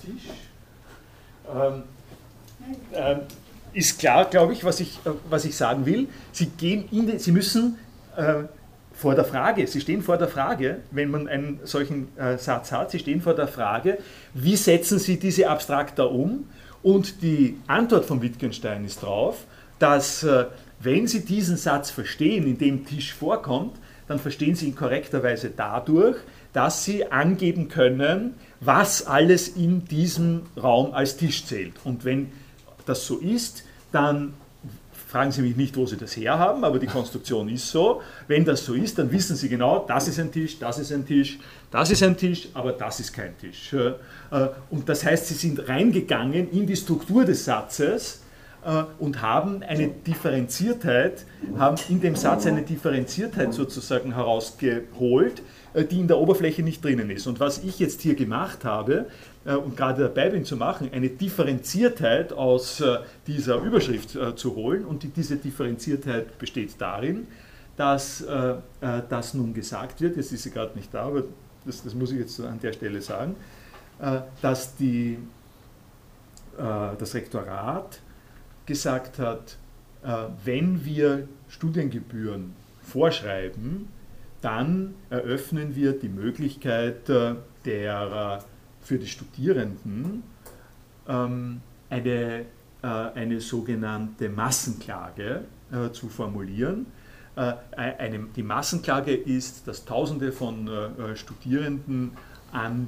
Tisch? Ist klar, glaube ich, was ich sagen will. Sie müssen vor der Frage, Sie stehen vor der Frage, wenn man einen solchen Satz hat, Sie stehen vor der Frage, wie setzen Sie diese Abstrakta um? Und die Antwort von Wittgenstein ist drauf, dass wenn Sie diesen Satz verstehen, in dem Tisch vorkommt, dann verstehen Sie ihn korrekterweise dadurch, dass Sie angeben können, was alles in diesem Raum als Tisch zählt. Und wenn das so ist, dann fragen Sie mich nicht, wo Sie das herhaben, aber die Konstruktion ist so. Wenn das so ist, dann wissen Sie genau, das ist ein Tisch, das ist ein Tisch, das ist ein Tisch, aber das ist kein Tisch. Und das heißt, Sie sind reingegangen in die Struktur des Satzes und haben eine Differenziertheit, haben in dem Satz eine Differenziertheit sozusagen herausgeholt, die in der Oberfläche nicht drinnen ist. Und was ich jetzt hier gemacht habe, und gerade dabei bin zu machen, eine Differenziertheit aus dieser Überschrift zu holen, und diese Differenziertheit besteht darin, dass nun gesagt wird, jetzt ist sie gerade nicht da, aber das muss ich jetzt an der Stelle sagen, dass das Rektorat gesagt hat, wenn wir Studiengebühren vorschreiben, dann eröffnen wir die Möglichkeit für die Studierenden eine sogenannte Massenklage zu formulieren. Die Massenklage ist, dass Tausende von Studierenden an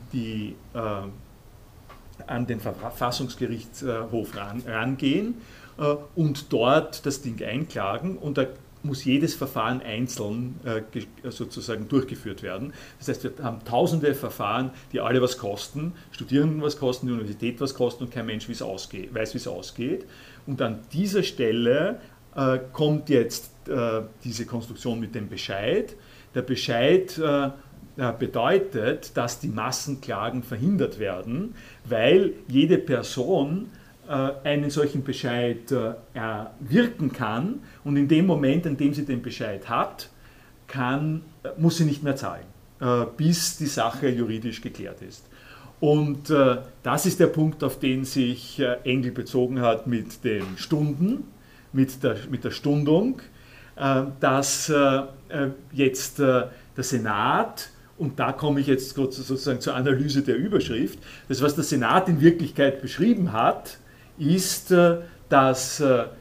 den Verfassungsgerichtshof rangehen und dort das Ding einklagen, und da muss jedes Verfahren einzeln sozusagen durchgeführt werden. Das heißt, wir haben tausende Verfahren, die alle was kosten, Studierenden was kosten, die Universität was kosten, und kein Mensch weiß, wie es ausgeht. Und an dieser Stelle kommt jetzt diese Konstruktion mit dem Bescheid. Der Bescheid bedeutet, dass die Massenklagen verhindert werden, weil jede Person einen solchen Bescheid erwirken kann, und in dem Moment, in dem sie den Bescheid hat, muss sie nicht mehr zahlen, bis die Sache juridisch geklärt ist. Und das ist der Punkt, auf den sich Engel bezogen hat mit den Stunden, mit der Stundung, dass jetzt der Senat, und da komme ich jetzt sozusagen zur Analyse der Überschrift, das, was der Senat in Wirklichkeit beschrieben hat, ist, dass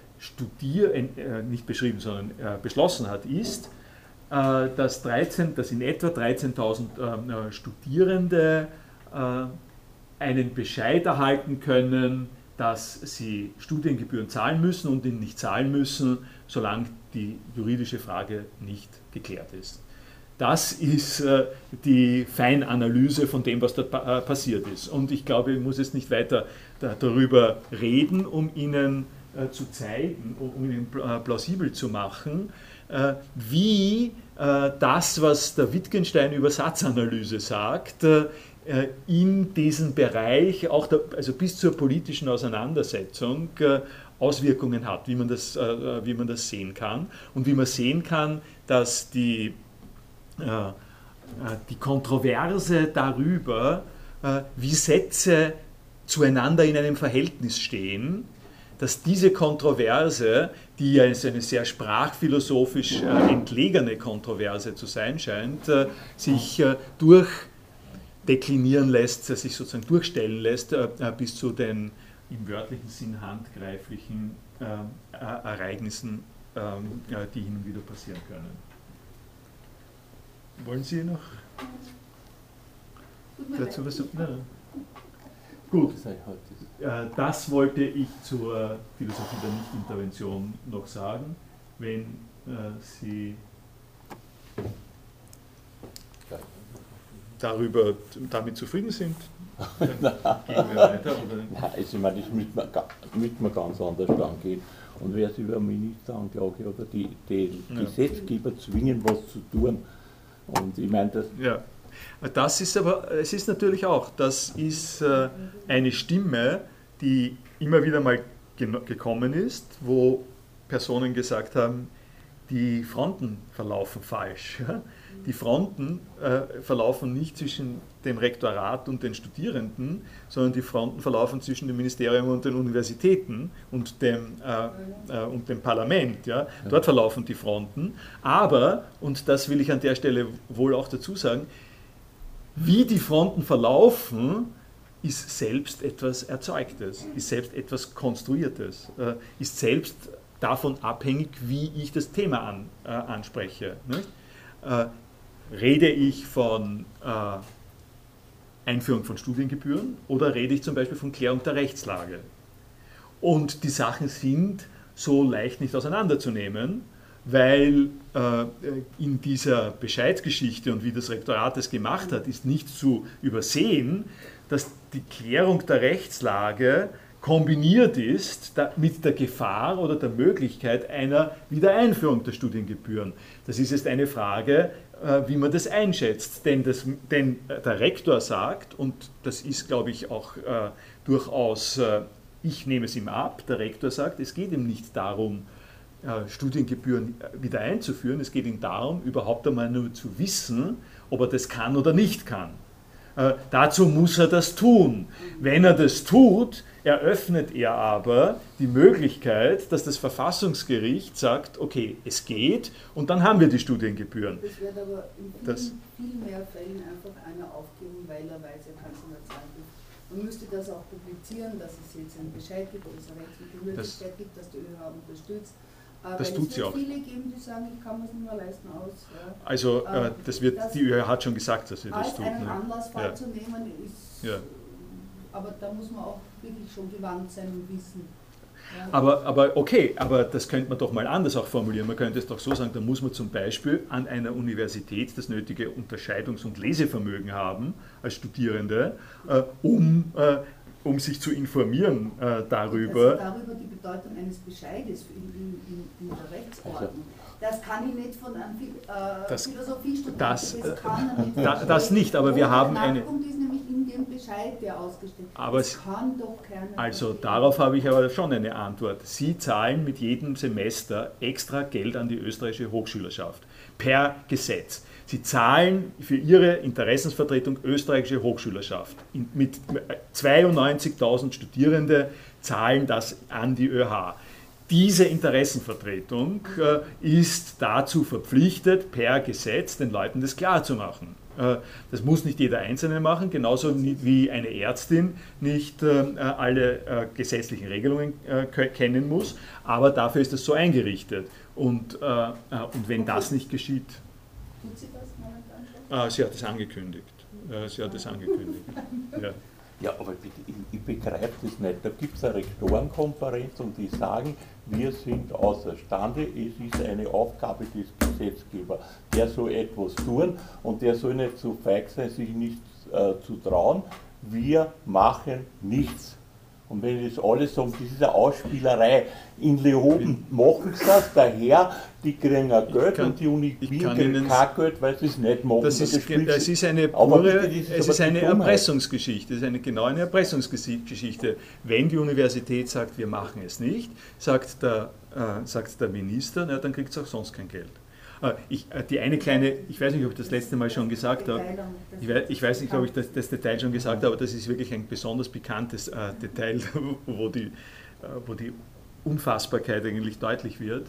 nicht beschrieben, sondern beschlossen hat, ist, dass in etwa 13.000 Studierende einen Bescheid erhalten können, dass sie Studiengebühren zahlen müssen und ihn nicht zahlen müssen, solange die juridische Frage nicht geklärt ist. Das ist die Feinanalyse von dem, was da passiert ist. Und ich glaube, ich muss jetzt nicht weiter darüber reden, um Ihnen zu zeigen, um Ihnen plausibel zu machen, wie das, was der Wittgenstein über Satzanalyse sagt, in diesem Bereich, auch also bis zur politischen Auseinandersetzung, Auswirkungen hat, wie man das sehen kann. Und wie man sehen kann, dass die Kontroverse darüber, wie Sätze zueinander in einem Verhältnis stehen, dass diese Kontroverse, die ja eine sehr sprachphilosophisch entlegene Kontroverse zu sein scheint, sich durchdeklinieren lässt, sich sozusagen durchstellen lässt bis zu den im wörtlichen Sinn handgreiflichen Ereignissen, die hin und wieder passieren können. Wollen Sie noch dazu was sagen? Nein. Gut, das wollte ich zur Philosophie der Nichtintervention noch sagen. Wenn Sie damit zufrieden sind, dann gehen wir weiter. Oder? Nein, also ich meine, das müsste man ganz anders angehen. Und wer es über Ministeranklage oder die Gesetzgeber zwingen, was zu tun. Und ich meine, das. Ja. Das ist aber, es ist natürlich auch, das ist eine Stimme, die immer wieder mal gekommen ist, wo Personen gesagt haben, die Fronten verlaufen falsch. Ja? Die Fronten verlaufen nicht zwischen dem Rektorat und den Studierenden, sondern die Fronten verlaufen zwischen dem Ministerium und den Universitäten und dem Parlament. Ja? Dort verlaufen die Fronten. Aber, und das will ich an der Stelle wohl auch dazu sagen, wie die Fronten verlaufen, ist selbst etwas Erzeugtes, ist selbst etwas Konstruiertes, ist selbst davon abhängig, wie ich das Thema anspreche. Nicht? Rede ich von Einführung von Studiengebühren oder rede ich zum Beispiel von Klärung der Rechtslage? Und die Sachen sind so leicht nicht auseinanderzunehmen, weil in dieser Bescheidsgeschichte und wie das Rektorat es gemacht hat, ist nicht zu übersehen, dass die Klärung der Rechtslage kombiniert ist mit der Gefahr oder der Möglichkeit einer Wiedereinführung der Studiengebühren. Das ist jetzt eine Frage, wie man das einschätzt. Denn der Rektor sagt, und das ist, glaube ich, auch durchaus, ich nehme es ihm ab, der Rektor sagt, es geht ihm nicht darum, Studiengebühren wieder einzuführen, es geht ihm darum, überhaupt einmal nur zu wissen, ob er das kann oder nicht kann. Dazu muss er das tun. Wenn er das tut, eröffnet er aber die Möglichkeit, dass das Verfassungsgericht sagt, okay, es geht, und dann haben wir die Studiengebühren. Das wird aber in viel mehr Fällen einfach einer aufgeben, weil er weiß, er kann es nicht zahlen. Man müsste das auch publizieren, dass es jetzt einen Bescheid gibt, dass es eine rechtliche Möglichkeit gibt, dass die ÖH unterstützt. Das tut sie auch. Es wird viele geben, die sagen, ich kann mir es nicht mehr leisten aus. Ja. Also die ÖH hat schon gesagt, dass sie das tut. Als einen Anlassfall zu nehmen ist, aber da muss man auch wirklich schon gewandt sein und wissen. Ja. Aber okay, aber das könnte man doch mal anders auch formulieren. Man könnte es doch so sagen, da muss man zum Beispiel an einer Universität das nötige Unterscheidungs- und Lesevermögen haben als Studierende, um sich zu informieren darüber. Also darüber die Bedeutung eines Bescheides in der Rechtsordnung. Das kann ich nicht von einem Philosophiestudenten. Das nicht, aber wir haben eine. Der ist nämlich in dem Bescheid, der ausgestellt wird. Das kann doch keiner. Also darauf habe ich aber schon eine Antwort. Sie zahlen mit jedem Semester extra Geld an die österreichische Hochschülerschaft per Gesetz. Sie zahlen für ihre Interessensvertretung österreichische Hochschülerschaft. Mit 92.000 Studierende zahlen das an die ÖH. Diese Interessenvertretung ist dazu verpflichtet, per Gesetz den Leuten das klarzumachen. Das muss nicht jeder Einzelne machen, genauso wie eine Ärztin nicht alle gesetzlichen Regelungen kennen muss, aber dafür ist das so eingerichtet. Und wenn das nicht geschieht... Tut sie das momentan schon? Sie hat es angekündigt. Ja, aber ich begreife das nicht. Da gibt es eine Rektorenkonferenz und die sagen, wir sind außerstande, es ist eine Aufgabe des Gesetzgeber, der soll etwas tun und der soll nicht so feig sein, sich nichts zu trauen. Wir machen nichts. Und wenn das alle sagen, das ist eine Ausspielerei. In Leoben machen sie das, daher, die kriegen auch Geld und die Uni Wien kriegen kein Geld, weil sie es nicht machen. Das ist eine Erpressungsgeschichte, das ist eine genau eine Erpressungsgeschichte. Wenn die Universität sagt, wir machen es nicht, sagt der Minister, na, dann kriegt es auch sonst kein Geld. Die eine kleine, ich weiß nicht, ob ich das letzte Mal schon gesagt habe, ich weiß nicht, ob ich das Detail schon gesagt habe, aber das ist wirklich ein besonders pikantes Detail, wo die Unfassbarkeit eigentlich deutlich wird.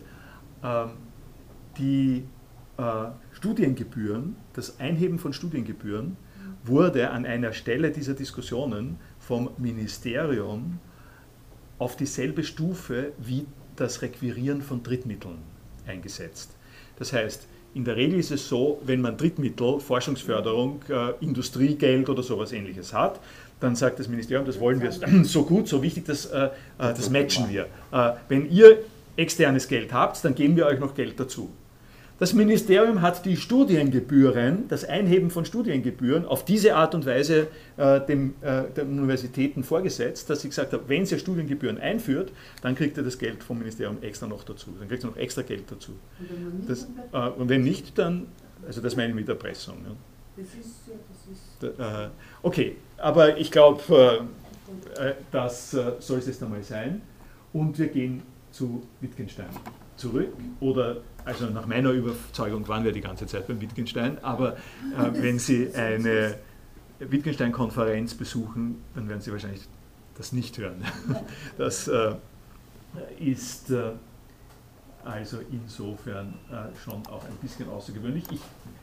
Die Studiengebühren, das Einheben von Studiengebühren wurde an einer Stelle dieser Diskussionen vom Ministerium auf dieselbe Stufe wie das Requirieren von Drittmitteln eingesetzt. Das heißt, in der Regel ist es so, wenn man Drittmittel, Forschungsförderung, Industriegeld oder sowas Ähnliches hat, dann sagt das Ministerium, das wollen wir so gut, so wichtig, das matchen wir. Wenn ihr externes Geld habt, dann geben wir euch noch Geld dazu. Das Ministerium hat die Studiengebühren, das Einheben von Studiengebühren auf diese Art und Weise den Universitäten vorgesetzt, dass sie gesagt haben, wenn ihr Studiengebühren einführt, dann kriegt ihr das Geld vom Ministerium extra noch dazu. Dann kriegt ihr noch extra Geld dazu. Und wenn nicht, dann, also das meine ich mit Erpressung. Ja. Okay, aber ich glaube, das soll es jetzt einmal sein. Und wir gehen zu Wittgenstein zurück, oder also nach meiner Überzeugung waren wir die ganze Zeit beim Wittgenstein, aber wenn Sie eine Wittgenstein-Konferenz besuchen, dann werden Sie wahrscheinlich das nicht hören. Das ist also insofern schon auch ein bisschen außergewöhnlich. Ich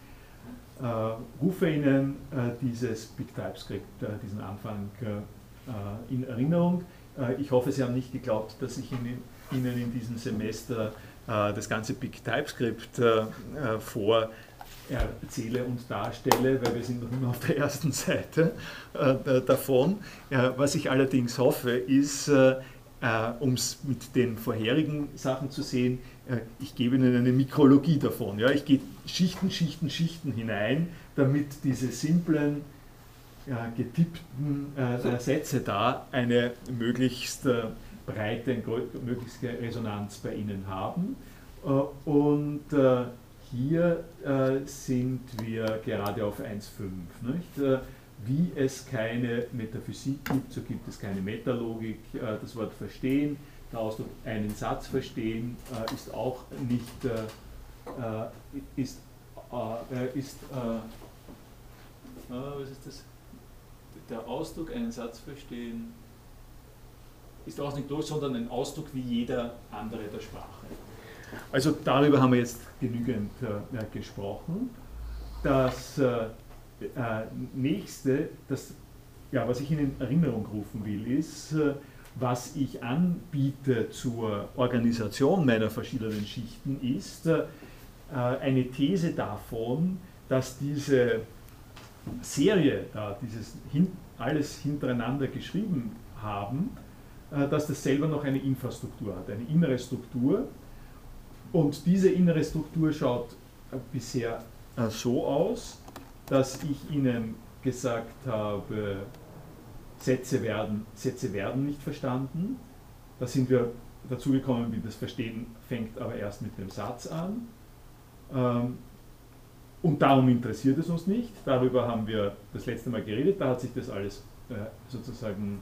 rufe Ihnen dieses Big TypeScript, diesen Anfang in Erinnerung. Ich hoffe, Sie haben nicht geglaubt, dass ich Ihnen in diesem Semester das ganze Big TypeScript vorerzähle und darstelle, weil wir sind noch immer auf der ersten Seite davon. Was ich allerdings hoffe, ist, um es mit den vorherigen Sachen zu sehen, ich gebe Ihnen eine Mikrologie davon. Ja? Ich gehe Schichten hinein, damit diese simplen, getippten Sätze da eine möglichst breite, möglichst Resonanz bei Ihnen haben. Und hier sind wir gerade auf 1.5. Wie es keine Metaphysik gibt, so gibt es keine Metalogik. Das Wort verstehen, der Ausdruck einen Satz verstehen, ist auch nicht, was ist das? Der Ausdruck einen Satz verstehen ist auch nicht los, sondern ein Ausdruck wie jeder andere der Sprache. Also darüber haben wir jetzt genügend gesprochen. Das nächste, was ich Ihnen in Erinnerung rufen will, ist, was ich anbiete zur Organisation meiner verschiedenen Schichten, ist eine These davon, dass diese Serie, dieses alles hintereinander geschrieben haben, dass das selber noch eine Infrastruktur hat, eine innere Struktur. Und diese innere Struktur schaut bisher so aus, dass ich Ihnen gesagt habe, Sätze werden nicht verstanden. Da sind wir dazu gekommen, wie das Verstehen fängt aber erst mit dem Satz an. Und darum interessiert es uns nicht. Darüber haben wir das letzte Mal geredet. Da hat sich das alles sozusagen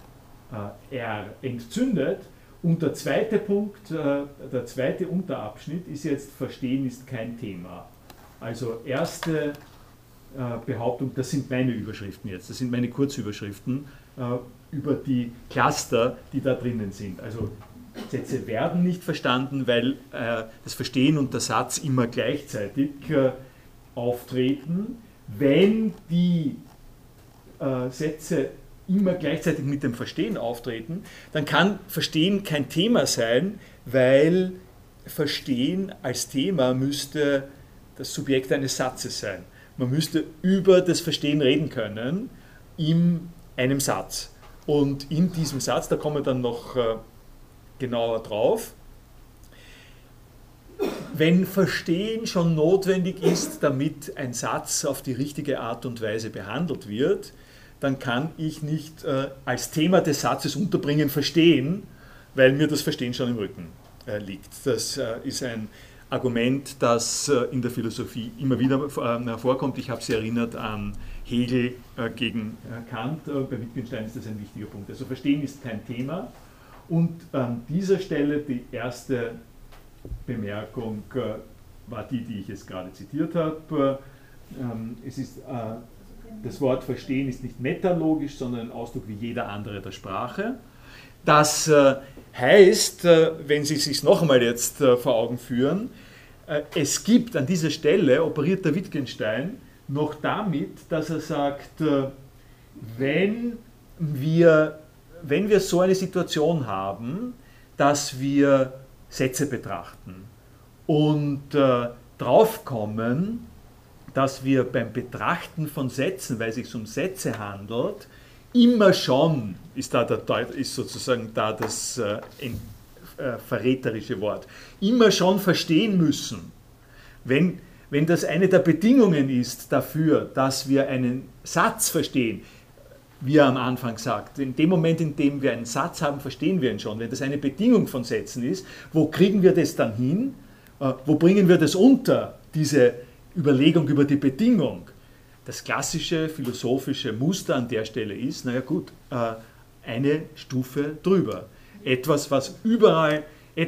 entzündet. Und der zweite Punkt, der zweite Unterabschnitt ist jetzt, Verstehen ist kein Thema. Also erste Behauptung, das sind meine Überschriften jetzt, das sind meine Kurzüberschriften über die Cluster, die da drinnen sind. Also Sätze werden nicht verstanden, weil das Verstehen und der Satz immer gleichzeitig auftreten. Wenn die Sätze immer gleichzeitig mit dem Verstehen auftreten, dann kann Verstehen kein Thema sein, weil Verstehen als Thema müsste das Subjekt eines Satzes sein. Man müsste über das Verstehen reden können in einem Satz. Und in diesem Satz, da kommen wir dann noch genauer drauf, wenn Verstehen schon notwendig ist, damit ein Satz auf die richtige Art und Weise behandelt wird, dann kann ich nicht als Thema des Satzes unterbringen Verstehen, weil mir das Verstehen schon im Rücken liegt. Das ist ein Argument, das in der Philosophie immer wieder vorkommt. Ich habe Sie erinnert an Hegel gegen Kant. Bei Wittgenstein ist das ein wichtiger Punkt. Also Verstehen ist kein Thema. Und an dieser Stelle die erste Bemerkung war die ich jetzt gerade zitiert habe. Das Wort Verstehen ist nicht metalogisch, sondern ein Ausdruck wie jeder andere der Sprache. Das heißt, wenn Sie es sich noch einmal jetzt vor Augen führen, es gibt an dieser Stelle, operiert der Wittgenstein noch damit, dass er sagt, wenn wir so eine Situation haben, dass wir Sätze betrachten und draufkommen, dass wir beim Betrachten von Sätzen, weil es sich um Sätze handelt, immer schon, ist sozusagen da das verräterische Wort, immer schon verstehen müssen. Wenn das eine der Bedingungen ist dafür, dass wir einen Satz verstehen, wie er am Anfang sagt, in dem Moment, in dem wir einen Satz haben, verstehen wir ihn schon. Wenn das eine Bedingung von Sätzen ist, wo kriegen wir das dann hin? Wo bringen wir das unter, diese Überlegung über die Bedingung? Das klassische philosophische Muster an der Stelle ist, naja gut, eine Stufe drüber. Etwas, was überall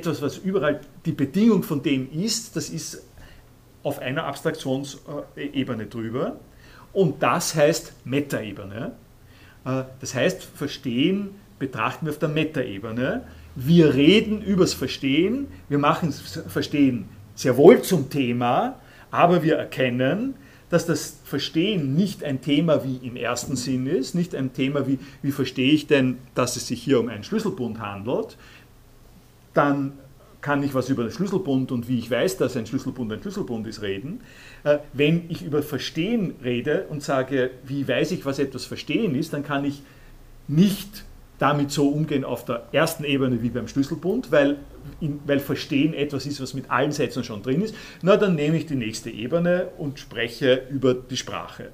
die Bedingung von dem ist, das ist auf einer Abstraktionsebene drüber. Und das heißt Metaebene. Das heißt, Verstehen betrachten wir auf der Metaebene. Wir reden übers Verstehen, wir machen Verstehen sehr wohl zum Thema, aber wir erkennen, dass das Verstehen nicht ein Thema wie im ersten Sinn ist, nicht ein Thema wie verstehe ich denn, dass es sich hier um einen Schlüsselbund handelt. Dann kann ich was über den Schlüsselbund und wie ich weiß, dass ein Schlüsselbund ist, reden. Wenn ich über Verstehen rede und sage, wie weiß ich, was etwas Verstehen ist, dann kann ich nicht damit so umgehen auf der ersten Ebene wie beim Schlüsselbund, weil Verstehen etwas ist, was mit allen Sätzen schon drin ist. Na, dann nehme ich die nächste Ebene und spreche über die Sprache.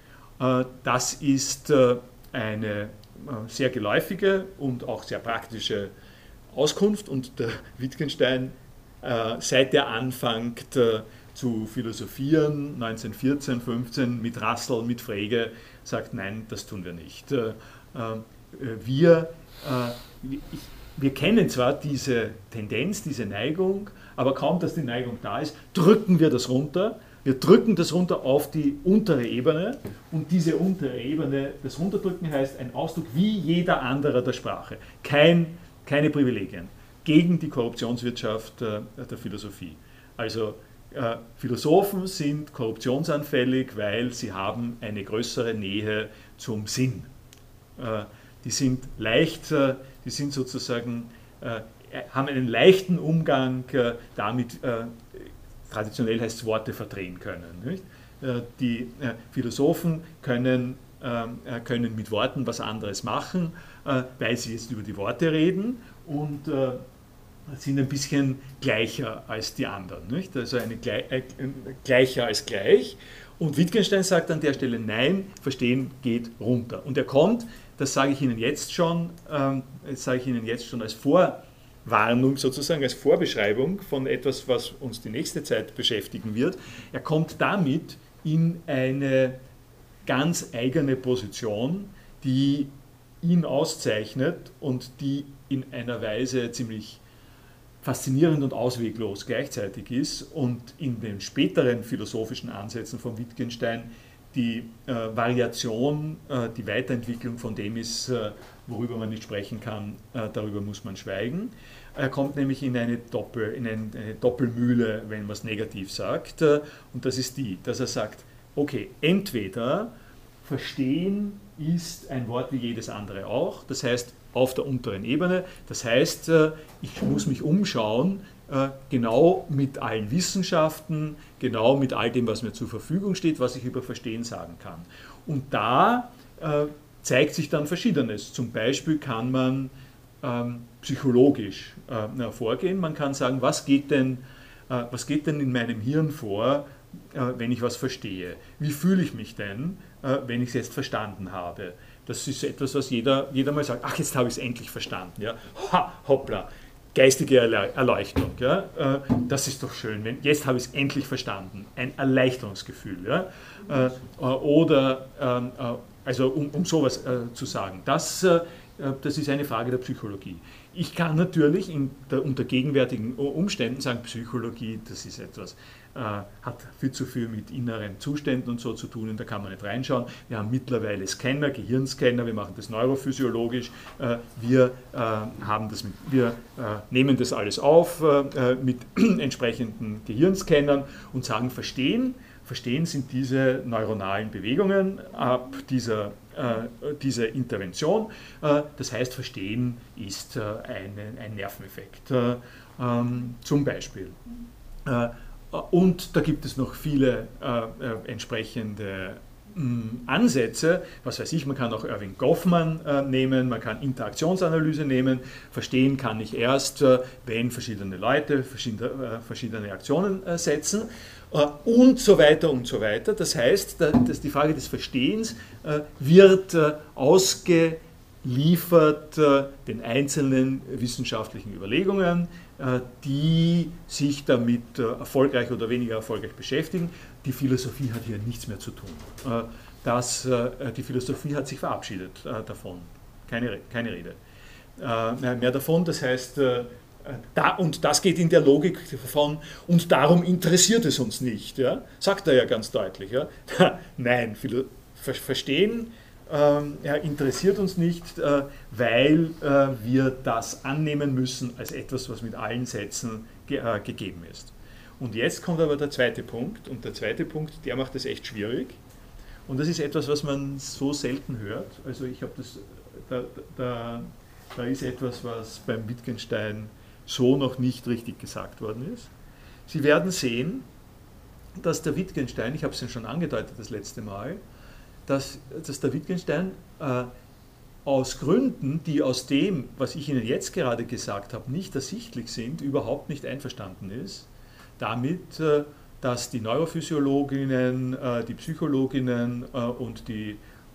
Das ist eine sehr geläufige und auch sehr praktische Auskunft und der Wittgenstein, seit er anfängt zu philosophieren, 1914, 15, mit Russell, mit Frege, sagt, nein, das tun wir nicht. Wir kennen zwar diese Tendenz, diese Neigung, aber kaum, dass die Neigung da ist, drücken wir das runter. Wir drücken das runter auf die untere Ebene und diese untere Ebene, das Runterdrücken heißt ein Ausdruck wie jeder andere der Sprache. Keine Privilegien. Gegen die Korruptionswirtschaft der Philosophie. Also Philosophen sind korruptionsanfällig, weil sie haben eine größere Nähe zum Sinn. Die sind sozusagen, haben einen leichten Umgang damit, traditionell heißt es Worte verdrehen können. Nicht? Die Philosophen können mit Worten was anderes machen, weil sie jetzt über die Worte reden und sind ein bisschen gleicher als die anderen. Nicht? Also gleicher als gleich. Und Wittgenstein sagt an der Stelle, nein, Verstehen geht runter. Und er kommt, das sage ich Ihnen jetzt schon als Vorwarnung sozusagen, als Vorbeschreibung von etwas, was uns die nächste Zeit beschäftigen wird. Er kommt damit in eine ganz eigene Position, die ihn auszeichnet und die in einer Weise ziemlich faszinierend und ausweglos gleichzeitig ist und in den späteren philosophischen Ansätzen von Wittgenstein die Variation, die Weiterentwicklung von dem ist, worüber man nicht sprechen kann, darüber muss man schweigen. Er kommt nämlich in eine Doppelmühle, wenn man es negativ sagt, und das ist die, dass er sagt, okay, entweder Verstehen ist ein Wort wie jedes andere auch, das heißt auf der unteren Ebene, das heißt, ich muss mich umschauen, genau mit allen Wissenschaften, genau mit all dem, was mir zur Verfügung steht, was ich über Verstehen sagen kann. Und da zeigt sich dann Verschiedenes. Zum Beispiel kann man psychologisch vorgehen, man kann sagen, was geht denn was geht denn in meinem Hirn vor, wenn ich was verstehe? Wie fühle ich mich denn, wenn ich es jetzt verstanden habe? Das ist etwas, was jeder mal sagt, ach, jetzt habe ich es endlich verstanden. Ja? Ha, hoppla, geistige Erleuchtung. Ja? Das ist doch schön, jetzt habe ich es endlich verstanden. Ein Erleichterungsgefühl. Ja? Also um sowas zu sagen. Das ist eine Frage der Psychologie. Ich kann natürlich unter gegenwärtigen Umständen sagen, Psychologie, das ist etwas, hat viel zu viel mit inneren Zuständen und so zu tun, und da kann man nicht reinschauen. Wir haben mittlerweile Scanner, Gehirnscanner, wir machen das neurophysiologisch, wir nehmen das alles auf mit entsprechenden Gehirnscannern und sagen, verstehen sind diese neuronalen Bewegungen ab dieser Intervention. Das heißt, verstehen ist ein Nerveneffekt, zum Beispiel. Und da gibt es noch viele entsprechende Ansätze. Was weiß ich, man kann auch Erving Goffman nehmen, man kann Interaktionsanalyse nehmen. Verstehen kann ich erst, wenn verschiedene Leute verschiedene Aktionen setzen. Und so weiter und so weiter. Das heißt, dass die Frage des Verstehens wird ausgeliefert den einzelnen wissenschaftlichen Überlegungen, die sich damit erfolgreich oder weniger erfolgreich beschäftigen. Die Philosophie hat hier nichts mehr zu tun. Die Philosophie hat sich verabschiedet davon. Keine Rede mehr davon. Das heißt, und das geht in der Logik von, und darum interessiert es uns nicht. Ja? Sagt er ja ganz deutlich. Ja? Nein, Verstehen interessiert uns nicht, weil wir das annehmen müssen als etwas, was mit allen Sätzen gegeben ist. Und jetzt kommt aber der zweite Punkt, und der zweite Punkt, der macht es echt schwierig. Und das ist etwas, was man so selten hört. Also ich habe das, da ist etwas, was beim Wittgenstein so noch nicht richtig gesagt worden ist. Sie werden sehen, dass der Wittgenstein, ich habe es ja schon angedeutet das letzte Mal, dass der Wittgenstein aus Gründen, die aus dem, was ich Ihnen jetzt gerade gesagt habe, nicht ersichtlich sind, überhaupt nicht einverstanden ist, damit, dass die Neurophysiologinnen, die Psychologinnen und die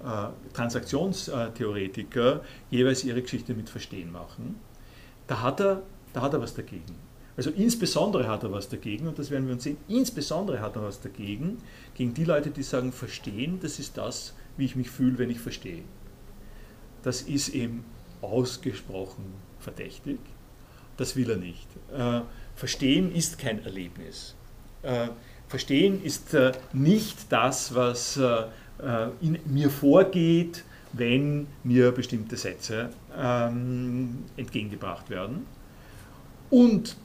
Transaktionstheoretiker jeweils ihre Geschichte mit Verstehen machen. Da hat er was dagegen. Also insbesondere hat er was dagegen, und das werden wir uns sehen, insbesondere hat er was dagegen, gegen die Leute, die sagen, Verstehen, das ist das, wie ich mich fühle, wenn ich verstehe. Das ist ihm ausgesprochen verdächtig, das will er nicht. Verstehen ist kein Erlebnis. Verstehen ist nicht das, was in mir vorgeht, wenn mir bestimmte Sätze entgegengebracht werden. Und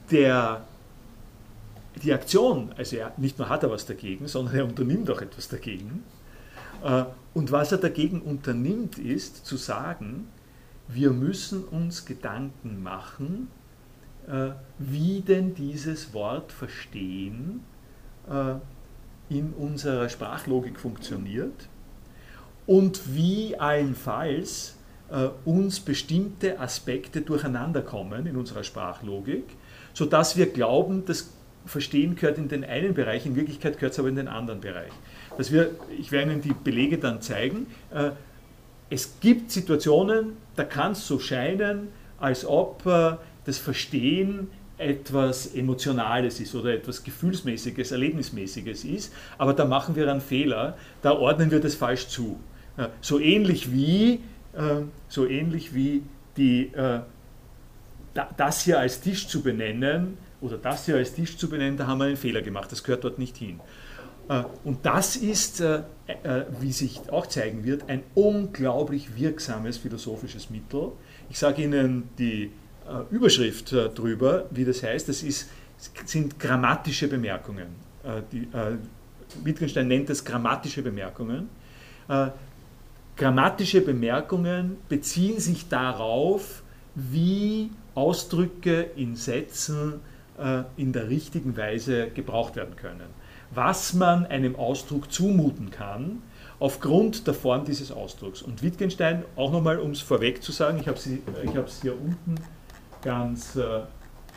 die Aktion, also nicht nur hat er was dagegen, sondern er unternimmt auch etwas dagegen. Und was er dagegen unternimmt, ist zu sagen, wir müssen uns Gedanken machen, wie denn dieses Wort Verstehen in unserer Sprachlogik funktioniert und wie allenfalls uns bestimmte Aspekte durcheinanderkommen in unserer Sprachlogik, sodass wir glauben, das Verstehen gehört in den einen Bereich, in Wirklichkeit gehört es aber in den anderen Bereich. Ich werde Ihnen die Belege dann zeigen. Es gibt Situationen, da kann es so scheinen, als ob das Verstehen etwas Emotionales ist oder etwas Gefühlsmäßiges, Erlebnismäßiges ist, aber da machen wir einen Fehler, da ordnen wir das falsch zu. So ähnlich wie das hier als Tisch zu benennen oder das hier als Tisch zu benennen, da haben wir einen Fehler gemacht, das gehört dort nicht hin. Und das ist, wie sich auch zeigen wird, ein unglaublich wirksames philosophisches Mittel. Ich sage Ihnen die Überschrift drüber, wie das heißt, sind grammatische Bemerkungen. Wittgenstein nennt es grammatische Bemerkungen. Grammatische Bemerkungen beziehen sich darauf, wie Ausdrücke in Sätzen in der richtigen Weise gebraucht werden können. Was man einem Ausdruck zumuten kann, aufgrund der Form dieses Ausdrucks. Und Wittgenstein, auch nochmal um es vorweg zu sagen, ich habe es hier unten ganz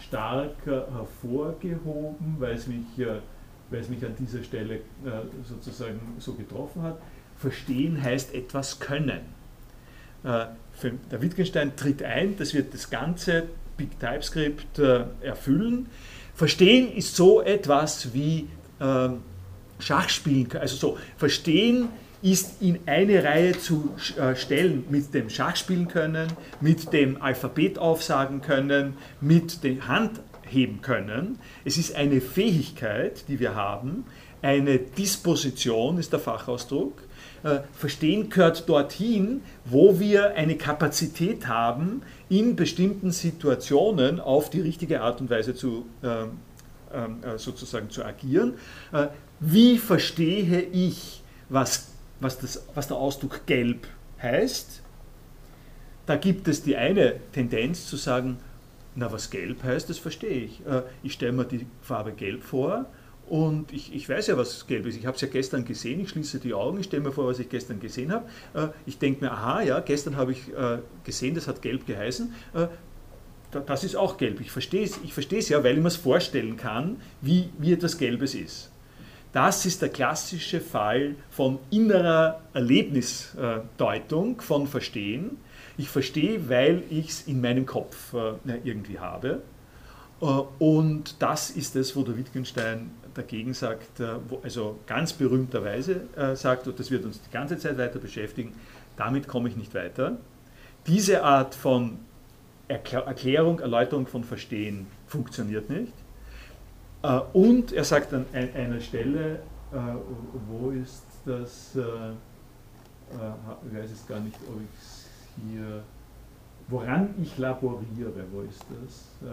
stark hervorgehoben, weil es mich an dieser Stelle sozusagen so getroffen hat. Verstehen heißt etwas können. Der Wittgenstein tritt ein, das wird das ganze Big TypeScript erfüllen. Verstehen ist so etwas wie Schachspielen, also so, Verstehen ist in eine Reihe zu stellen mit dem Schachspielen können, mit dem Alphabet aufsagen können, mit der Hand heben können. Es ist eine Fähigkeit, die wir haben, eine Disposition ist der Fachausdruck. Verstehen gehört dorthin, wo wir eine Kapazität haben, in bestimmten Situationen auf die richtige Art und Weise sozusagen zu agieren. Wie verstehe ich, was der Ausdruck gelb heißt? Da gibt es die eine Tendenz zu sagen, na, was gelb heißt, das verstehe ich. Ich stelle mir die Farbe gelb vor und ich weiß ja, was gelb ist. Ich habe es ja gestern gesehen, ich schließe die Augen, ich stelle mir vor, was ich gestern gesehen habe. Ich denke mir, aha, ja, gestern habe ich gesehen, das hat gelb geheißen. Das ist auch gelb. Ich verstehe es ja, weil ich mir es vorstellen kann, wie etwas Gelbes ist. Das ist der klassische Fall von innerer Erlebnisdeutung, von Verstehen. Ich verstehe, weil ich es in meinem Kopf irgendwie habe. Und das ist es, wo der Wittgenstein dagegen sagt, also ganz berühmterweise sagt, und das wird uns die ganze Zeit weiter beschäftigen, damit komme ich nicht weiter. Diese Art von Erklärung, Erläuterung von Verstehen funktioniert nicht. Und er sagt an einer Stelle, wo ist das, ich weiß es gar nicht, ob ich es hier, woran ich laboriere, wo ist das?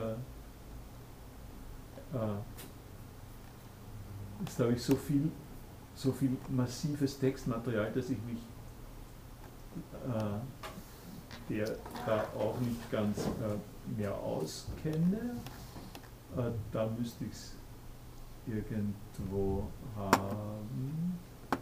Jetzt habe ich so viel massives Textmaterial, dass ich mich da auch nicht ganz mehr auskenne. Da müsste ich es irgendwo haben.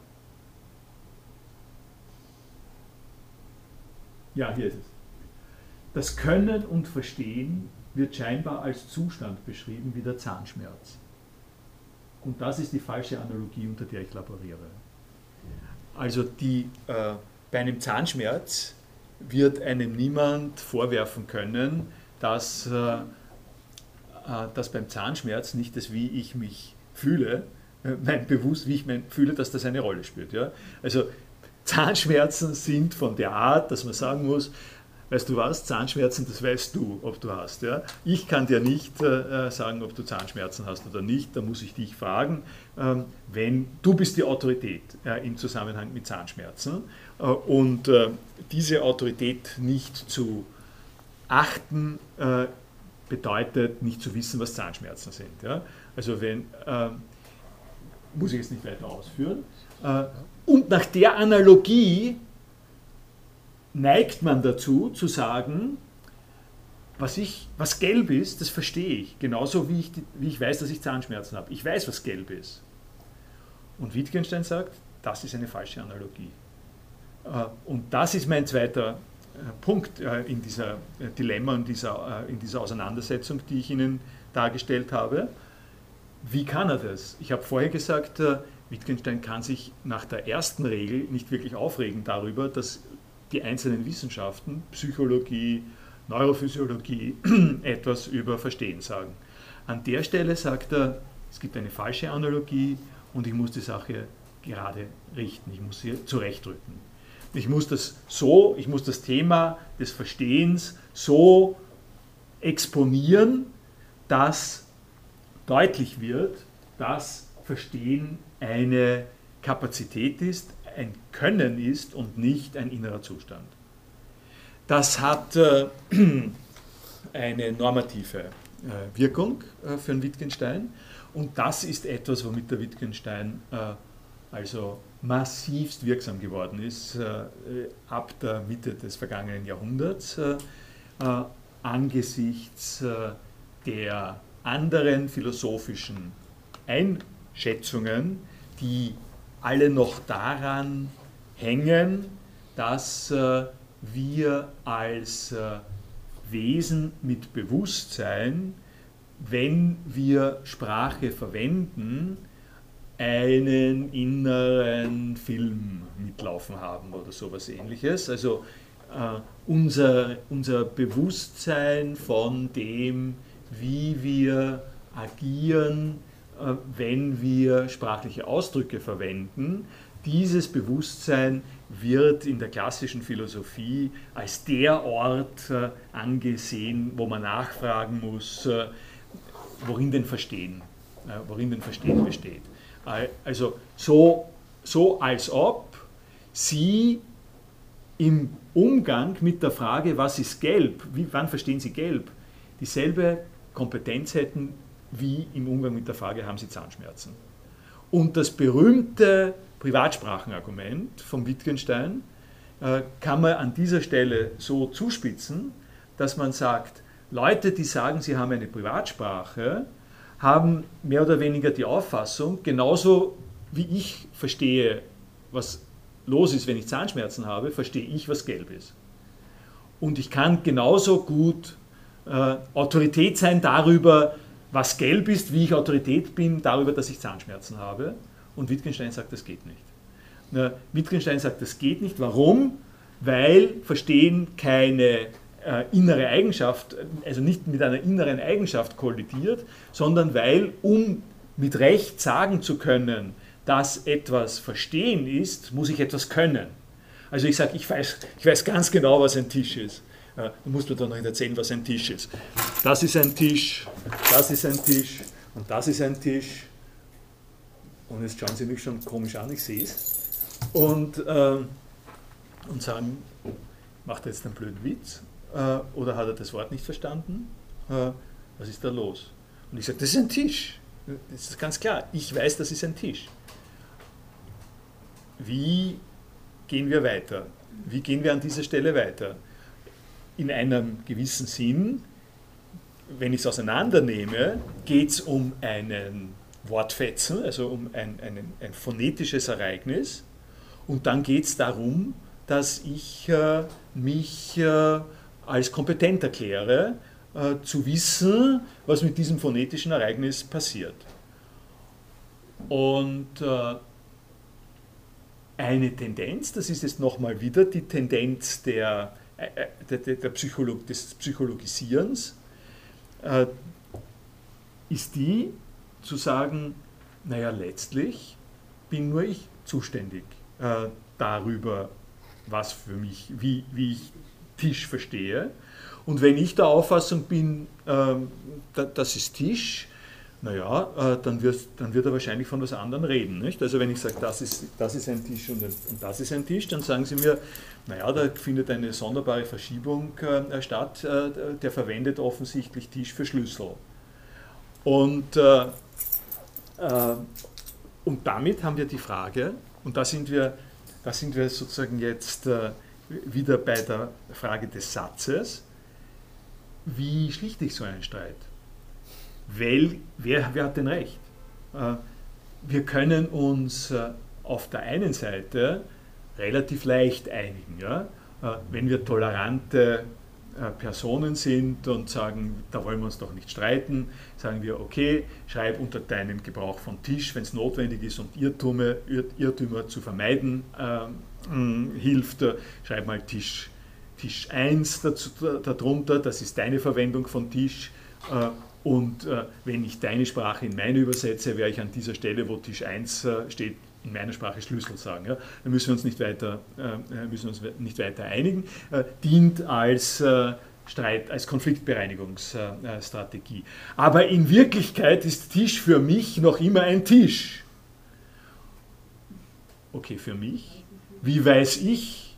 Ja, hier ist es. Das Können und Verstehen wird scheinbar als Zustand beschrieben wie der Zahnschmerz. Und das ist die falsche Analogie, unter der ich laboriere. Also bei einem Zahnschmerz wird einem niemand vorwerfen können, dass beim Zahnschmerz nicht das, wie ich mich fühle, wie ich fühle, dass das eine Rolle spielt. Ja? Also Zahnschmerzen sind von der Art, dass man sagen muss, weißt du was, Zahnschmerzen, das weißt du, ob du hast. Ja? Ich kann dir nicht sagen, ob du Zahnschmerzen hast oder nicht, da muss ich dich fragen, wenn du bist die Autorität im Zusammenhang mit Zahnschmerzen und diese Autorität nicht zu achten, bedeutet nicht zu wissen, was Zahnschmerzen sind. Ja? Also muss ich jetzt nicht weiter ausführen. Und nach der Analogie neigt man dazu, zu sagen, was gelb ist, das verstehe ich. Genauso wie ich weiß, dass ich Zahnschmerzen habe. Ich weiß, was gelb ist. Und Wittgenstein sagt, das ist eine falsche Analogie. Und das ist mein zweiter Punkt in dieser Dilemma und in dieser Auseinandersetzung, die ich Ihnen dargestellt habe. Wie kann er das? Ich habe vorher gesagt, Wittgenstein kann sich nach der ersten Regel nicht wirklich aufregen darüber, dass die einzelnen Wissenschaften, Psychologie, Neurophysiologie, etwas über Verstehen sagen. An der Stelle sagt er, es gibt eine falsche Analogie und ich muss die Sache gerade richten, ich muss sie zurechtrücken. Ich muss das Thema des Verstehens so exponieren, dass deutlich wird, dass Verstehen eine Kapazität ist, ein Können ist und nicht ein innerer Zustand. Das hat eine normative Wirkung für den Wittgenstein und das ist etwas, womit der Wittgenstein also massivst wirksam geworden ist ab der Mitte des vergangenen Jahrhunderts angesichts der anderen philosophischen Einschätzungen, die alle noch daran hängen, dass wir als Wesen mit Bewusstsein wenn wir Sprache verwenden, einen inneren Film mitlaufen haben oder sowas Ähnliches. Also unser Bewusstsein von dem, wie wir agieren, wenn wir sprachliche Ausdrücke verwenden, dieses Bewusstsein wird in der klassischen Philosophie als der Ort angesehen, wo man nachfragen muss, worin denn Verstehen besteht. Also so als ob Sie im Umgang mit der Frage, was ist gelb, wann verstehen Sie gelb, dieselbe Kompetenz hätten wie im Umgang mit der Frage, haben Sie Zahnschmerzen. Und das berühmte Privatsprachenargument von Wittgenstein kann man an dieser Stelle so zuspitzen, dass man sagt, Leute, die sagen, sie haben eine Privatsprache, haben mehr oder weniger die Auffassung, genauso wie ich verstehe, was los ist, wenn ich Zahnschmerzen habe, verstehe ich, was gelb ist. Und ich kann genauso gut Autorität sein darüber, was gelb ist, wie ich Autorität bin darüber, dass ich Zahnschmerzen habe. Und Wittgenstein sagt, das geht nicht. Wittgenstein sagt, das geht nicht. Warum? Weil Verstehen keine innere Eigenschaft, also nicht mit einer inneren Eigenschaft kollidiert, sondern weil, um mit Recht sagen zu können, dass etwas Verstehen ist, muss ich etwas können. Also ich sage, ich weiß ganz genau, was ein Tisch ist. Du musst mir doch noch nicht erzählen, was ein Tisch ist. Das ist ein Tisch, das ist ein Tisch und das ist ein Tisch. Und jetzt schauen Sie mich schon komisch an, ich sehe es. Und sagen, macht er jetzt einen blöden Witz? Oder hat er das Wort nicht verstanden? Was ist da los? Und ich sage, das ist ein Tisch. Das ist ganz klar. Ich weiß, das ist ein Tisch. Wie gehen wir weiter? Wie gehen wir an dieser Stelle weiter? In einem gewissen Sinn, wenn ich es auseinandernehme, geht es um einen Wortfetzen, also um ein phonetisches Ereignis. Und dann geht es darum, dass ich mich als kompetent erkläre, zu wissen, was mit diesem phonetischen Ereignis passiert. Und eine Tendenz, das ist jetzt nochmal wieder die Tendenz des Psychologisierens, ist die, zu sagen, naja, letztlich bin nur ich zuständig darüber, was für mich, wie ich Tisch verstehe. Und wenn ich der Auffassung bin, das ist Tisch, naja, dann wird er wahrscheinlich von was anderem reden. Nicht? Also wenn ich sage, das ist ein Tisch und das ist ein Tisch, dann sagen Sie mir, naja, da findet eine sonderbare Verschiebung statt, der verwendet offensichtlich Tisch für Schlüssel. Und damit haben wir die Frage, und da sind wir sozusagen jetzt wieder bei der Frage des Satzes, wie schlichte ich so einen Streit? Wer hat denn Recht? Wir können uns auf der einen Seite relativ leicht einigen. Ja? Wenn wir tolerante Personen sind und sagen, da wollen wir uns doch nicht streiten, sagen wir, okay, schreib unter deinen Gebrauch von Tisch, wenn es notwendig ist und Irrtümer zu vermeiden hilft, schreib mal Tisch 1 darunter, das ist deine Verwendung von Tisch. Und wenn ich deine Sprache in meine übersetze, werde ich an dieser Stelle, wo Tisch 1 steht, in meiner Sprache Schlüssel sagen. Ja? Dann müssen wir uns nicht weiter einigen. Dient als als Konfliktbereinigungsstrategie. Aber in Wirklichkeit ist Tisch für mich noch immer ein Tisch. Okay, für mich. Wie weiß ich,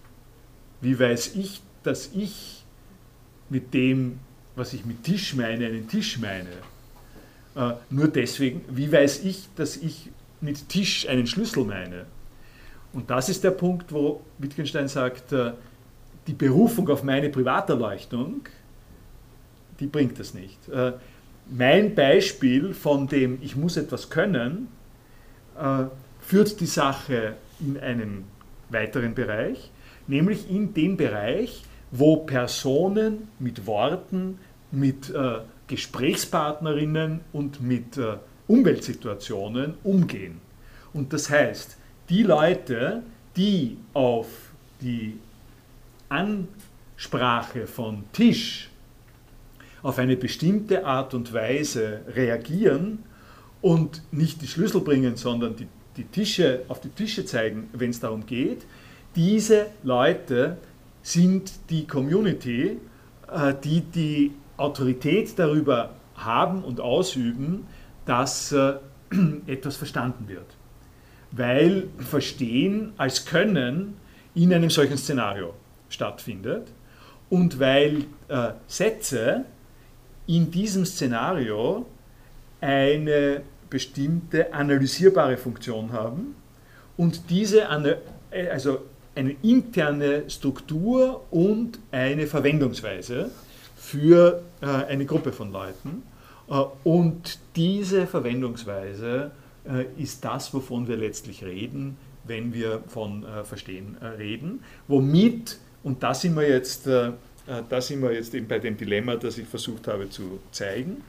dass ich mit dem, was ich mit Tisch meine, einen Tisch meine? Nur deswegen, wie weiß ich, dass ich mit Tisch einen Schlüssel meine? Und das ist der Punkt, wo Wittgenstein sagt, die Berufung auf meine Privaterleuchtung, die bringt das nicht. Mein Beispiel von dem, ich muss etwas können, führt die Sache in einen weiteren Bereich, nämlich in den Bereich, wo Personen mit Worten, mit Gesprächspartnerinnen und mit Umweltsituationen umgehen. Und das heißt, die Leute, die auf die Ansprache von Tisch auf eine bestimmte Art und Weise reagieren und nicht die Schlüssel bringen, sondern auf die Tische zeigen, wenn es darum geht, diese Leute sind die Community, die die Autorität darüber haben und ausüben, dass etwas verstanden wird. Weil Verstehen als Können in einem solchen Szenario stattfindet und weil Sätze in diesem Szenario eine bestimmte analysierbare Funktion haben und diese also eine interne Struktur und eine Verwendungsweise für eine Gruppe von Leuten. Und diese Verwendungsweise ist das, wovon wir letztlich reden, wenn wir von Verstehen reden. Womit, und da sind wir jetzt eben bei dem Dilemma, das ich versucht habe zu zeigen,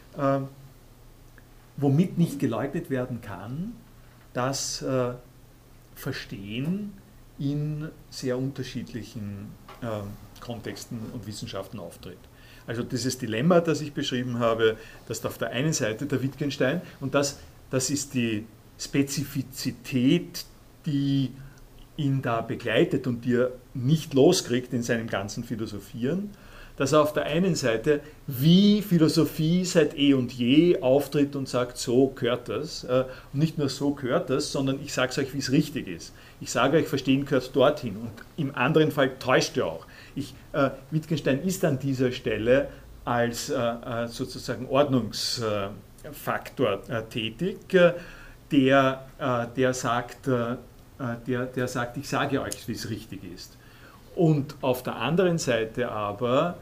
womit nicht geleugnet werden kann, dass Verstehen in sehr unterschiedlichen Kontexten und Wissenschaften auftritt. Also dieses Dilemma, das ich beschrieben habe, dass auf der einen Seite der Wittgenstein, und das ist die Spezifizität, die ihn da begleitet und die er nicht loskriegt in seinem ganzen Philosophieren, dass er auf der einen Seite wie Philosophie seit eh und je auftritt und sagt, so gehört das. Und nicht nur so gehört das, sondern ich sage es euch, wie es richtig ist. Ich sage euch, Verstehen gehört dorthin. Und im anderen Fall täuscht er auch. Wittgenstein ist an dieser Stelle als sozusagen Ordnungsfaktor tätig, der sagt, ich sage euch, wie es richtig ist. Und auf der anderen Seite aber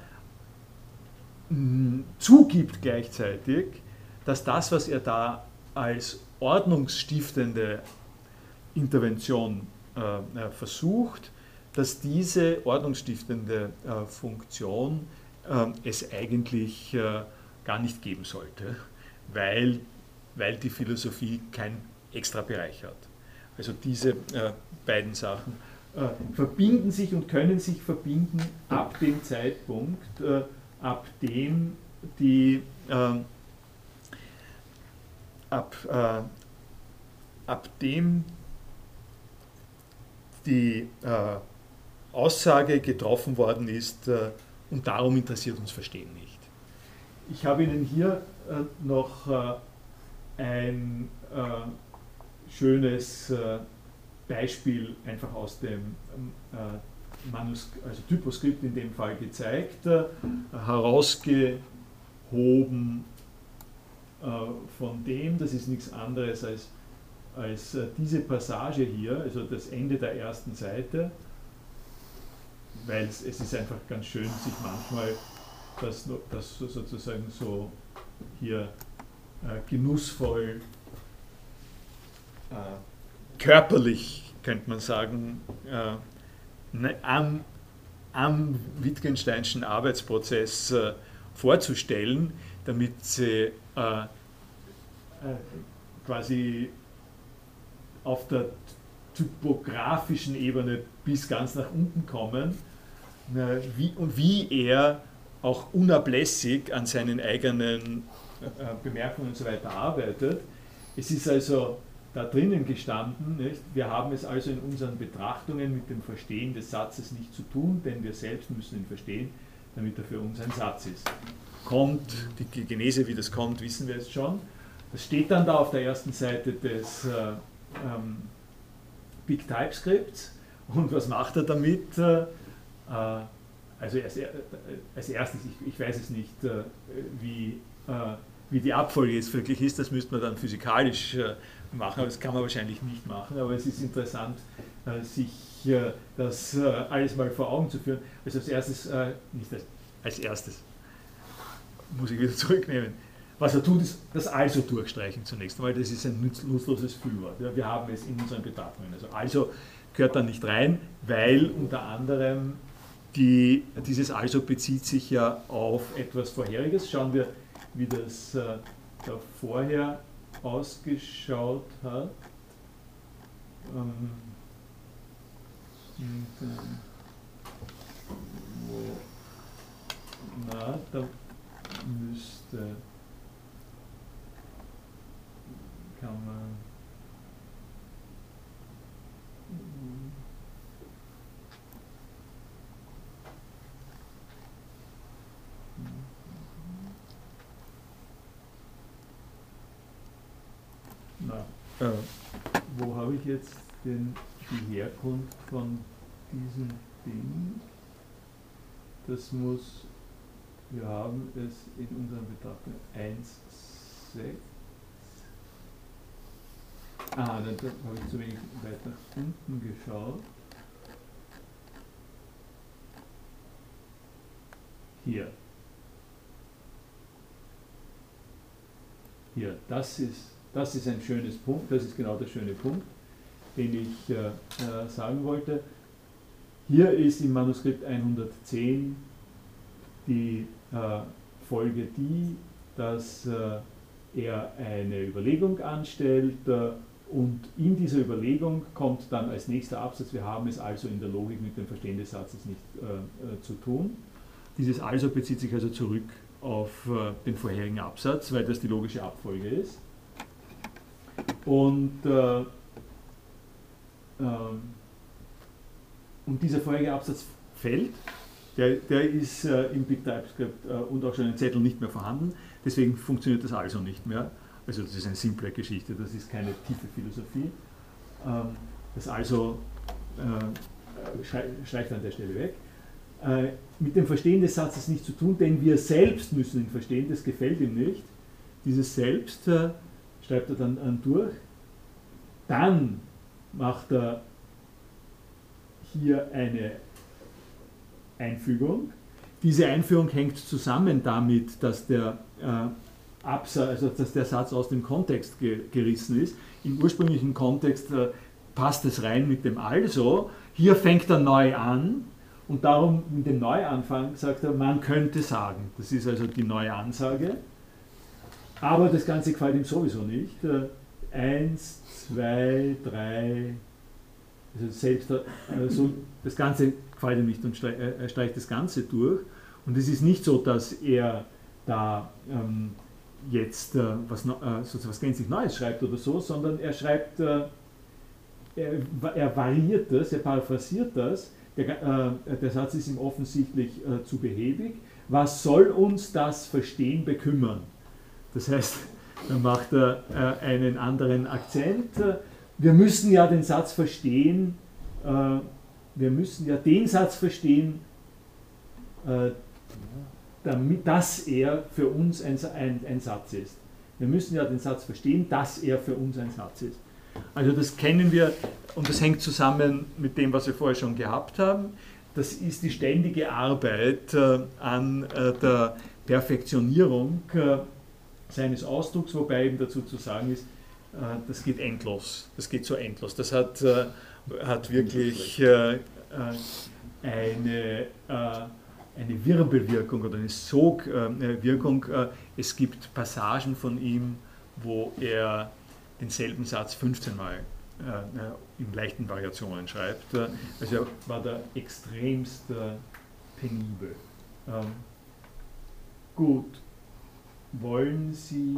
zugibt gleichzeitig, dass das, was er da als ordnungsstiftende Intervention versucht, dass diese ordnungsstiftende Funktion es eigentlich gar nicht geben sollte, weil die Philosophie keinen extra Bereich hat. Also diese beiden Sachen verbinden sich und können sich verbinden ab dem Zeitpunkt, ab dem die Aussage getroffen worden ist, und darum interessiert uns Verstehen nicht. Ich habe Ihnen hier noch ein schönes Beispiel einfach aus dem Typoskript in dem Fall gezeigt, herausgehoben von dem, das ist nichts anderes als diese Passage hier, also das Ende der ersten Seite, weil es ist einfach ganz schön, sich manchmal das sozusagen so hier genussvoll körperlich, könnte man sagen, am Wittgensteinschen Arbeitsprozess vorzustellen, damit sie quasi auf der typografischen Ebene bis ganz nach unten kommen, wie er auch unablässig an seinen eigenen Bemerkungen und so weiter arbeitet. Es ist also da drinnen gestanden, nicht? Wir haben es also in unseren Betrachtungen mit dem Verstehen des Satzes nicht zu tun, denn wir selbst müssen ihn verstehen, damit er für uns ein Satz ist. Kommt, die Genese, wie das kommt, wissen wir jetzt schon. Das steht dann da auf der ersten Seite des Big TypeScripts. Und was macht er damit? Also als erstes, ich weiß es nicht, wie die Abfolge jetzt wirklich ist, das müsste man dann physikalisch machen, aber das kann man wahrscheinlich nicht machen, aber es ist interessant, sich das alles mal vor Augen zu führen. Also als erstes muss ich wieder zurücknehmen. Was er tut, ist das Also durchstreichen zunächst einmal, das ist ein nutzloses Füllwort. Ja, wir haben es in unseren Betrachtungen. Also gehört da nicht rein, weil unter anderem dieses Also bezieht sich ja auf etwas Vorheriges. Schauen wir wie das da vorher ausgeschaut hat. Na, da müsste, kann man, wo habe ich jetzt die Herkunft von diesem Ding? Das muss, wir haben es in unseren Betrachtungen 1,6. Dann habe ich zu wenig weit nach unten geschaut. Hier. Hier, das ist ein schönes Punkt, das ist genau der schöne Punkt, den ich sagen wollte. Hier ist im Manuskript 110 die Folge die, dass er eine Überlegung anstellt und in dieser Überlegung kommt dann als nächster Absatz, wir haben es also in der Logik mit dem Verstehen des Satzes nicht zu tun. Dieses also bezieht sich also zurück auf den vorherigen Absatz, weil das die logische Abfolge ist. Und dieser vorherige Absatz fällt, der ist im Bit TypeScript und auch schon im Zettel nicht mehr vorhanden, deswegen funktioniert das also nicht mehr. Also das ist eine simple Geschichte, das ist keine tiefe Philosophie. Das also streicht an der Stelle weg. Mit dem Verstehen des Satzes nichts zu tun, denn wir selbst müssen ihn verstehen, das gefällt ihm nicht. Dieses Selbst schreibt er dann durch. Dann macht er hier eine Einfügung. Diese Einfügung hängt zusammen damit, dass der dass der Satz aus dem Kontext gerissen ist. Im ursprünglichen Kontext passt es rein mit dem Also. Hier fängt er neu an. Und darum mit dem Neuanfang sagt er, man könnte sagen. Das ist also die neue Ansage. Aber das Ganze gefällt ihm sowieso nicht. 1, 2, 3, also selbst das Ganze gefällt ihm nicht und er streicht das Ganze durch. Und es ist nicht so, dass er da jetzt was gänzlich Neues schreibt oder so, sondern er schreibt, er variiert das, er paraphrasiert das. Der Satz ist ihm offensichtlich zu behäbig. Was soll uns das Verstehen bekümmern? Das heißt, dann macht er einen anderen Akzent. Wir müssen ja den Satz verstehen, damit, dass er für uns ein Satz ist. Wir müssen ja den Satz verstehen, dass er für uns ein Satz ist. Also das kennen wir und das hängt zusammen mit dem, was wir vorher schon gehabt haben. Das ist die ständige Arbeit an der Perfektionierung seines Ausdrucks, wobei eben dazu zu sagen ist, das geht endlos, das geht so endlos. Das hat wirklich eine Wirbelwirkung oder eine Sogwirkung. Es gibt Passagen von ihm, wo er denselben Satz 15 Mal in leichten Variationen schreibt. Also er war da extremst penibel. Gut, wollen Sie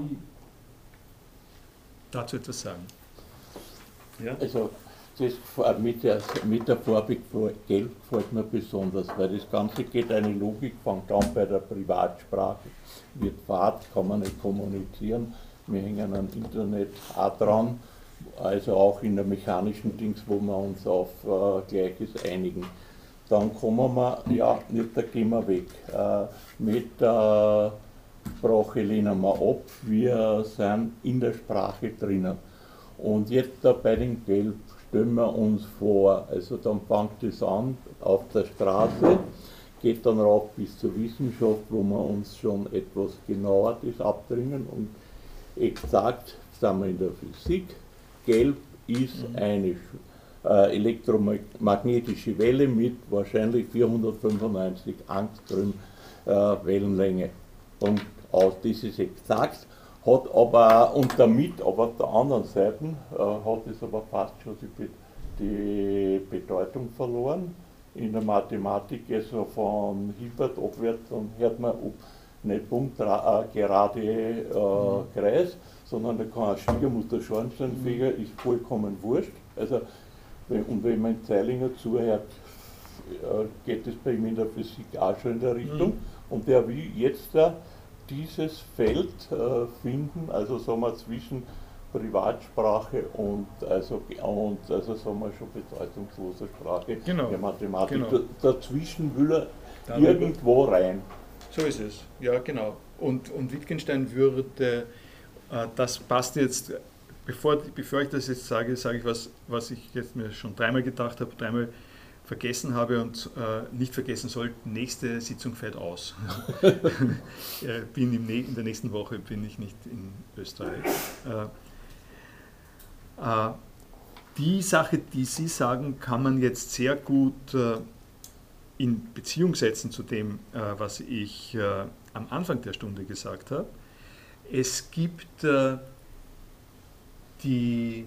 dazu etwas sagen? Ja? Also das mit der Farbe Gelb gefällt mir besonders, weil das Ganze geht eine Logik, fängt an bei der Privatsprache, wird Fahrt, kann man nicht kommunizieren. Wir hängen am Internet auch dran, also auch in der mechanischen Dings, wo wir uns auf Gleiches einigen. Dann kommen wir, ja, nicht, da gehen wir weg. Mit der Sprache lehnen wir ab, wir sind in der Sprache drinnen. Und jetzt da bei dem Gelb stellen wir uns vor, also dann fängt es an auf der Straße, geht dann rauf bis zur Wissenschaft, wo wir uns schon etwas genauer das abdringen und exakt sind wir in der Physik. Gelb ist eine elektromagnetische Welle mit wahrscheinlich 495 Angstrom Wellenlänge. Punkt aus. Das ist exakt, hat aber, und damit, aber auf der anderen Seite, hat es aber fast schon die Bedeutung verloren. In der Mathematik, also von Hilbert abwärts, dann hört man nicht Punkt, gerade Kreis, sondern da kann ein Schwiegermutter Schornsteinfeger, ist vollkommen wurscht. Also, und wenn man Zeilinger zuhört, geht es bei ihm in der Physik auch schon in der Richtung. Und der will jetzt dieses Feld finden, also sagen wir zwischen Privatsprache und sagen wir schon bedeutungsloser Sprache der Mathematik. Genau. Dazwischen will er irgendwo rein. So ist es, ja genau. Und Wittgenstein würde, das passt jetzt, bevor ich das jetzt sage, sage ich was ich jetzt mir schon dreimal gedacht habe, dreimal vergessen habe und nicht vergessen soll, nächste Sitzung fällt aus. In der nächsten Woche bin ich nicht in Österreich. Die Sache, die Sie sagen, kann man jetzt sehr gut in Beziehung setzen zu dem, was ich am Anfang der Stunde gesagt habe. Es gibt die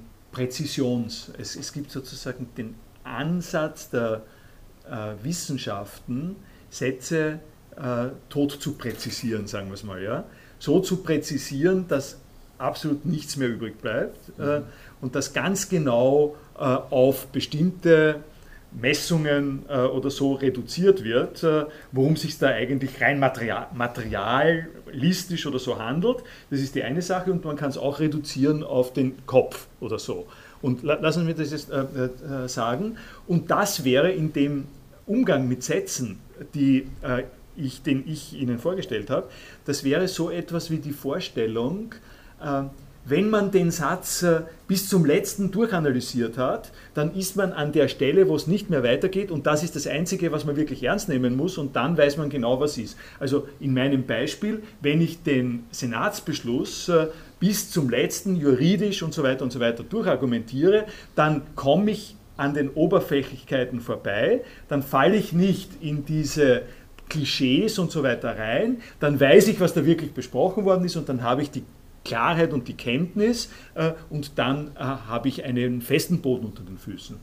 es gibt sozusagen den Ansatz der Wissenschaften, Sätze tot zu präzisieren, sagen wir es mal. Ja? So zu präzisieren, dass absolut nichts mehr übrig bleibt und das ganz genau auf bestimmte Messungen oder so reduziert wird, worum es sich da eigentlich rein materialistisch oder so handelt. Das ist die eine Sache und man kann es auch reduzieren auf den Kopf oder so. Und lassen Sie mich das jetzt sagen. Und das wäre in dem Umgang mit Sätzen, den ich Ihnen vorgestellt habe, das wäre so etwas wie die Vorstellung, wenn man den Satz bis zum letzten durchanalysiert hat, dann ist man an der Stelle, wo es nicht mehr weitergeht und das ist das Einzige, was man wirklich ernst nehmen muss und dann weiß man genau, was ist. Also in meinem Beispiel, wenn ich den Senatsbeschluss bis zum letzten juridisch und so weiter durchargumentiere, dann komme ich an den Oberflächlichkeiten vorbei, dann falle ich nicht in diese Klischees und so weiter rein, dann weiß ich, was da wirklich besprochen worden ist und dann habe ich die Klarheit und die Kenntnis und dann habe ich einen festen Boden unter den Füßen.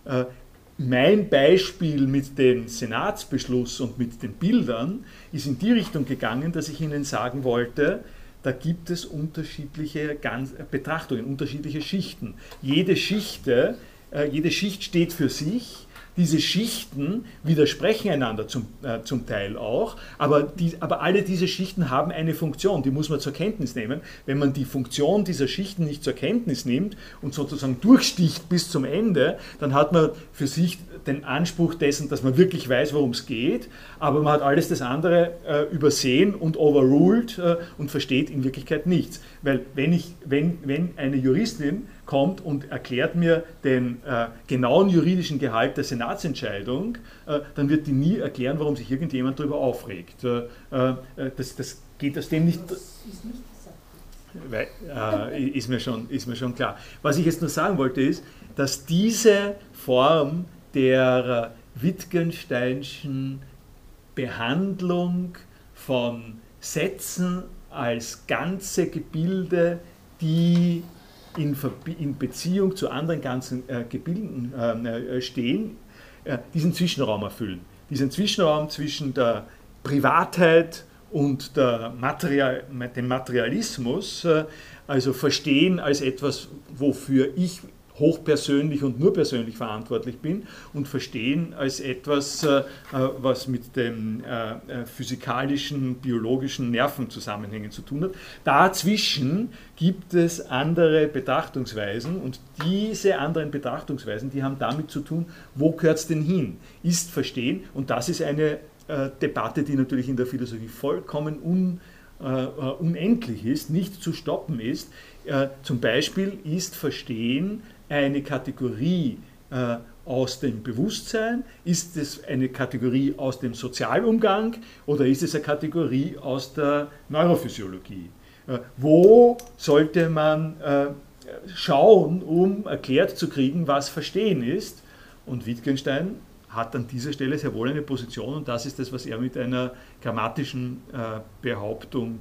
Mein Beispiel mit dem Senatsbeschluss und mit den Bildern ist in die Richtung gegangen, dass ich Ihnen sagen wollte, da gibt es unterschiedliche Betrachtungen, unterschiedliche Schichten. Jede Schicht steht für sich. Diese Schichten widersprechen einander zum Teil auch, aber alle diese Schichten haben eine Funktion, die muss man zur Kenntnis nehmen. Wenn man die Funktion dieser Schichten nicht zur Kenntnis nimmt und sozusagen durchsticht bis zum Ende, dann hat man für sich den Anspruch dessen, dass man wirklich weiß, worum es geht, aber man hat alles das andere übersehen und overruled und versteht in Wirklichkeit nichts. Weil wenn eine Juristin kommt und erklärt mir den genauen juridischen Gehalt der Senatsentscheidung, dann wird die nie erklären, warum sich irgendjemand darüber aufregt. Das geht aus dem nicht... Das ist nicht gesagt. Ist mir schon klar. Was ich jetzt nur sagen wollte ist, dass diese Form der Wittgensteinschen Behandlung von Sätzen als ganze Gebilde, die in Beziehung zu anderen ganzen Gebilden stehen, diesen Zwischenraum erfüllen. Diesen Zwischenraum zwischen der Privatheit und dem Materialismus, also verstehen als etwas, wofür ich hochpersönlich und nur persönlich verantwortlich bin und verstehen als etwas, was mit den physikalischen, biologischen Nervenzusammenhängen zu tun hat. Dazwischen gibt es andere Betrachtungsweisen und diese anderen Betrachtungsweisen, die haben damit zu tun, wo gehört es denn hin? Ist Verstehen, und das ist eine Debatte, die natürlich in der Philosophie vollkommen unendlich ist, nicht zu stoppen ist. Zum Beispiel ist Verstehen eine Kategorie aus dem Bewusstsein? Ist es eine Kategorie aus dem Sozialumgang oder ist es eine Kategorie aus der Neurophysiologie? Wo sollte man schauen, um erklärt zu kriegen, was Verstehen ist? Und Wittgenstein hat an dieser Stelle sehr wohl eine Position und das ist das, was er mit einer grammatischen Behauptung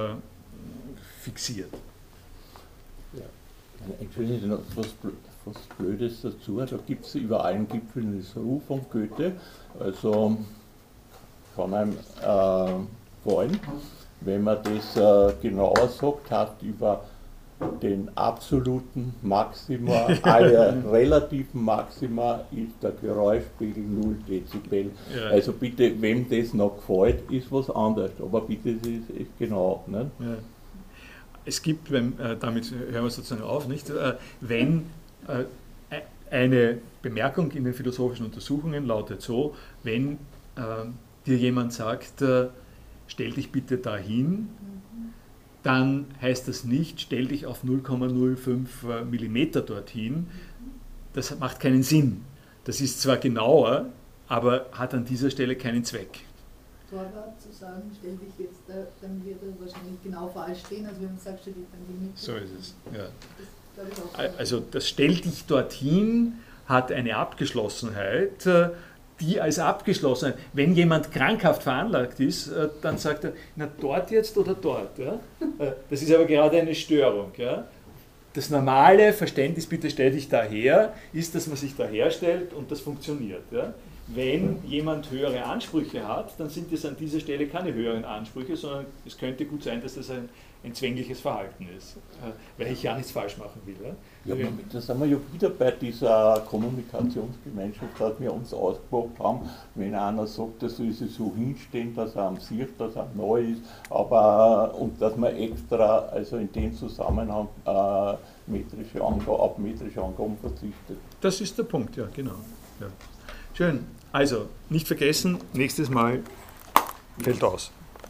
fixiert. Ja. Entschuldigung, noch was Blödes dazu. Da gibt es über allen Gipfeln das Ruf von Goethe. Also kann einem gefallen, wenn man das genauer sagt, hat über den absoluten Maxima, alle relativen Maxima ist der Geräuschpegel 0 Dezibel. Ja. Also bitte, wem das noch gefällt, ist was anderes, aber bitte, das ist genau. Ne? Ja. Es gibt, damit hören wir sozusagen auf, nicht? Wenn eine Bemerkung in den philosophischen Untersuchungen lautet so, wenn dir jemand sagt, stell dich bitte dahin, dann heißt das nicht, stell dich auf 0,05 Millimeter dorthin. Das macht keinen Sinn. Das ist zwar genauer, aber hat an dieser Stelle keinen Zweck. Torwart zu sagen, stell dich jetzt da, dann wird er wahrscheinlich genau falsch stehen, als wenn man sagt, stell dich dann die Mitte. So ist es, ja. Das, also das stell dich dorthin hat eine Abgeschlossenheit, die als Abgeschlossenheit, wenn jemand krankhaft veranlagt ist, dann sagt er, na dort jetzt oder dort. Ja? Das ist aber gerade eine Störung. Ja? Das normale Verständnis, bitte stell dich daher, ist, dass man sich daher stellt und das funktioniert. Ja? Wenn jemand höhere Ansprüche hat, dann sind es an dieser Stelle keine höheren Ansprüche, sondern es könnte gut sein, dass das ein zwängliches Verhalten ist, weil ich ja nichts falsch machen will. Ja? Ja, da sind wir ja wieder bei dieser Kommunikationsgemeinschaft, dass wir uns ausgemacht haben, wenn einer sagt, dass soll sich so hinstehen, dass er am sieht, dass er neu ist, aber und dass man extra, also in dem Zusammenhang auf metrische Angaben verzichtet. Das ist der Punkt, ja, genau. Ja. Schön. Also, nicht vergessen, nächstes Mal fällt aus.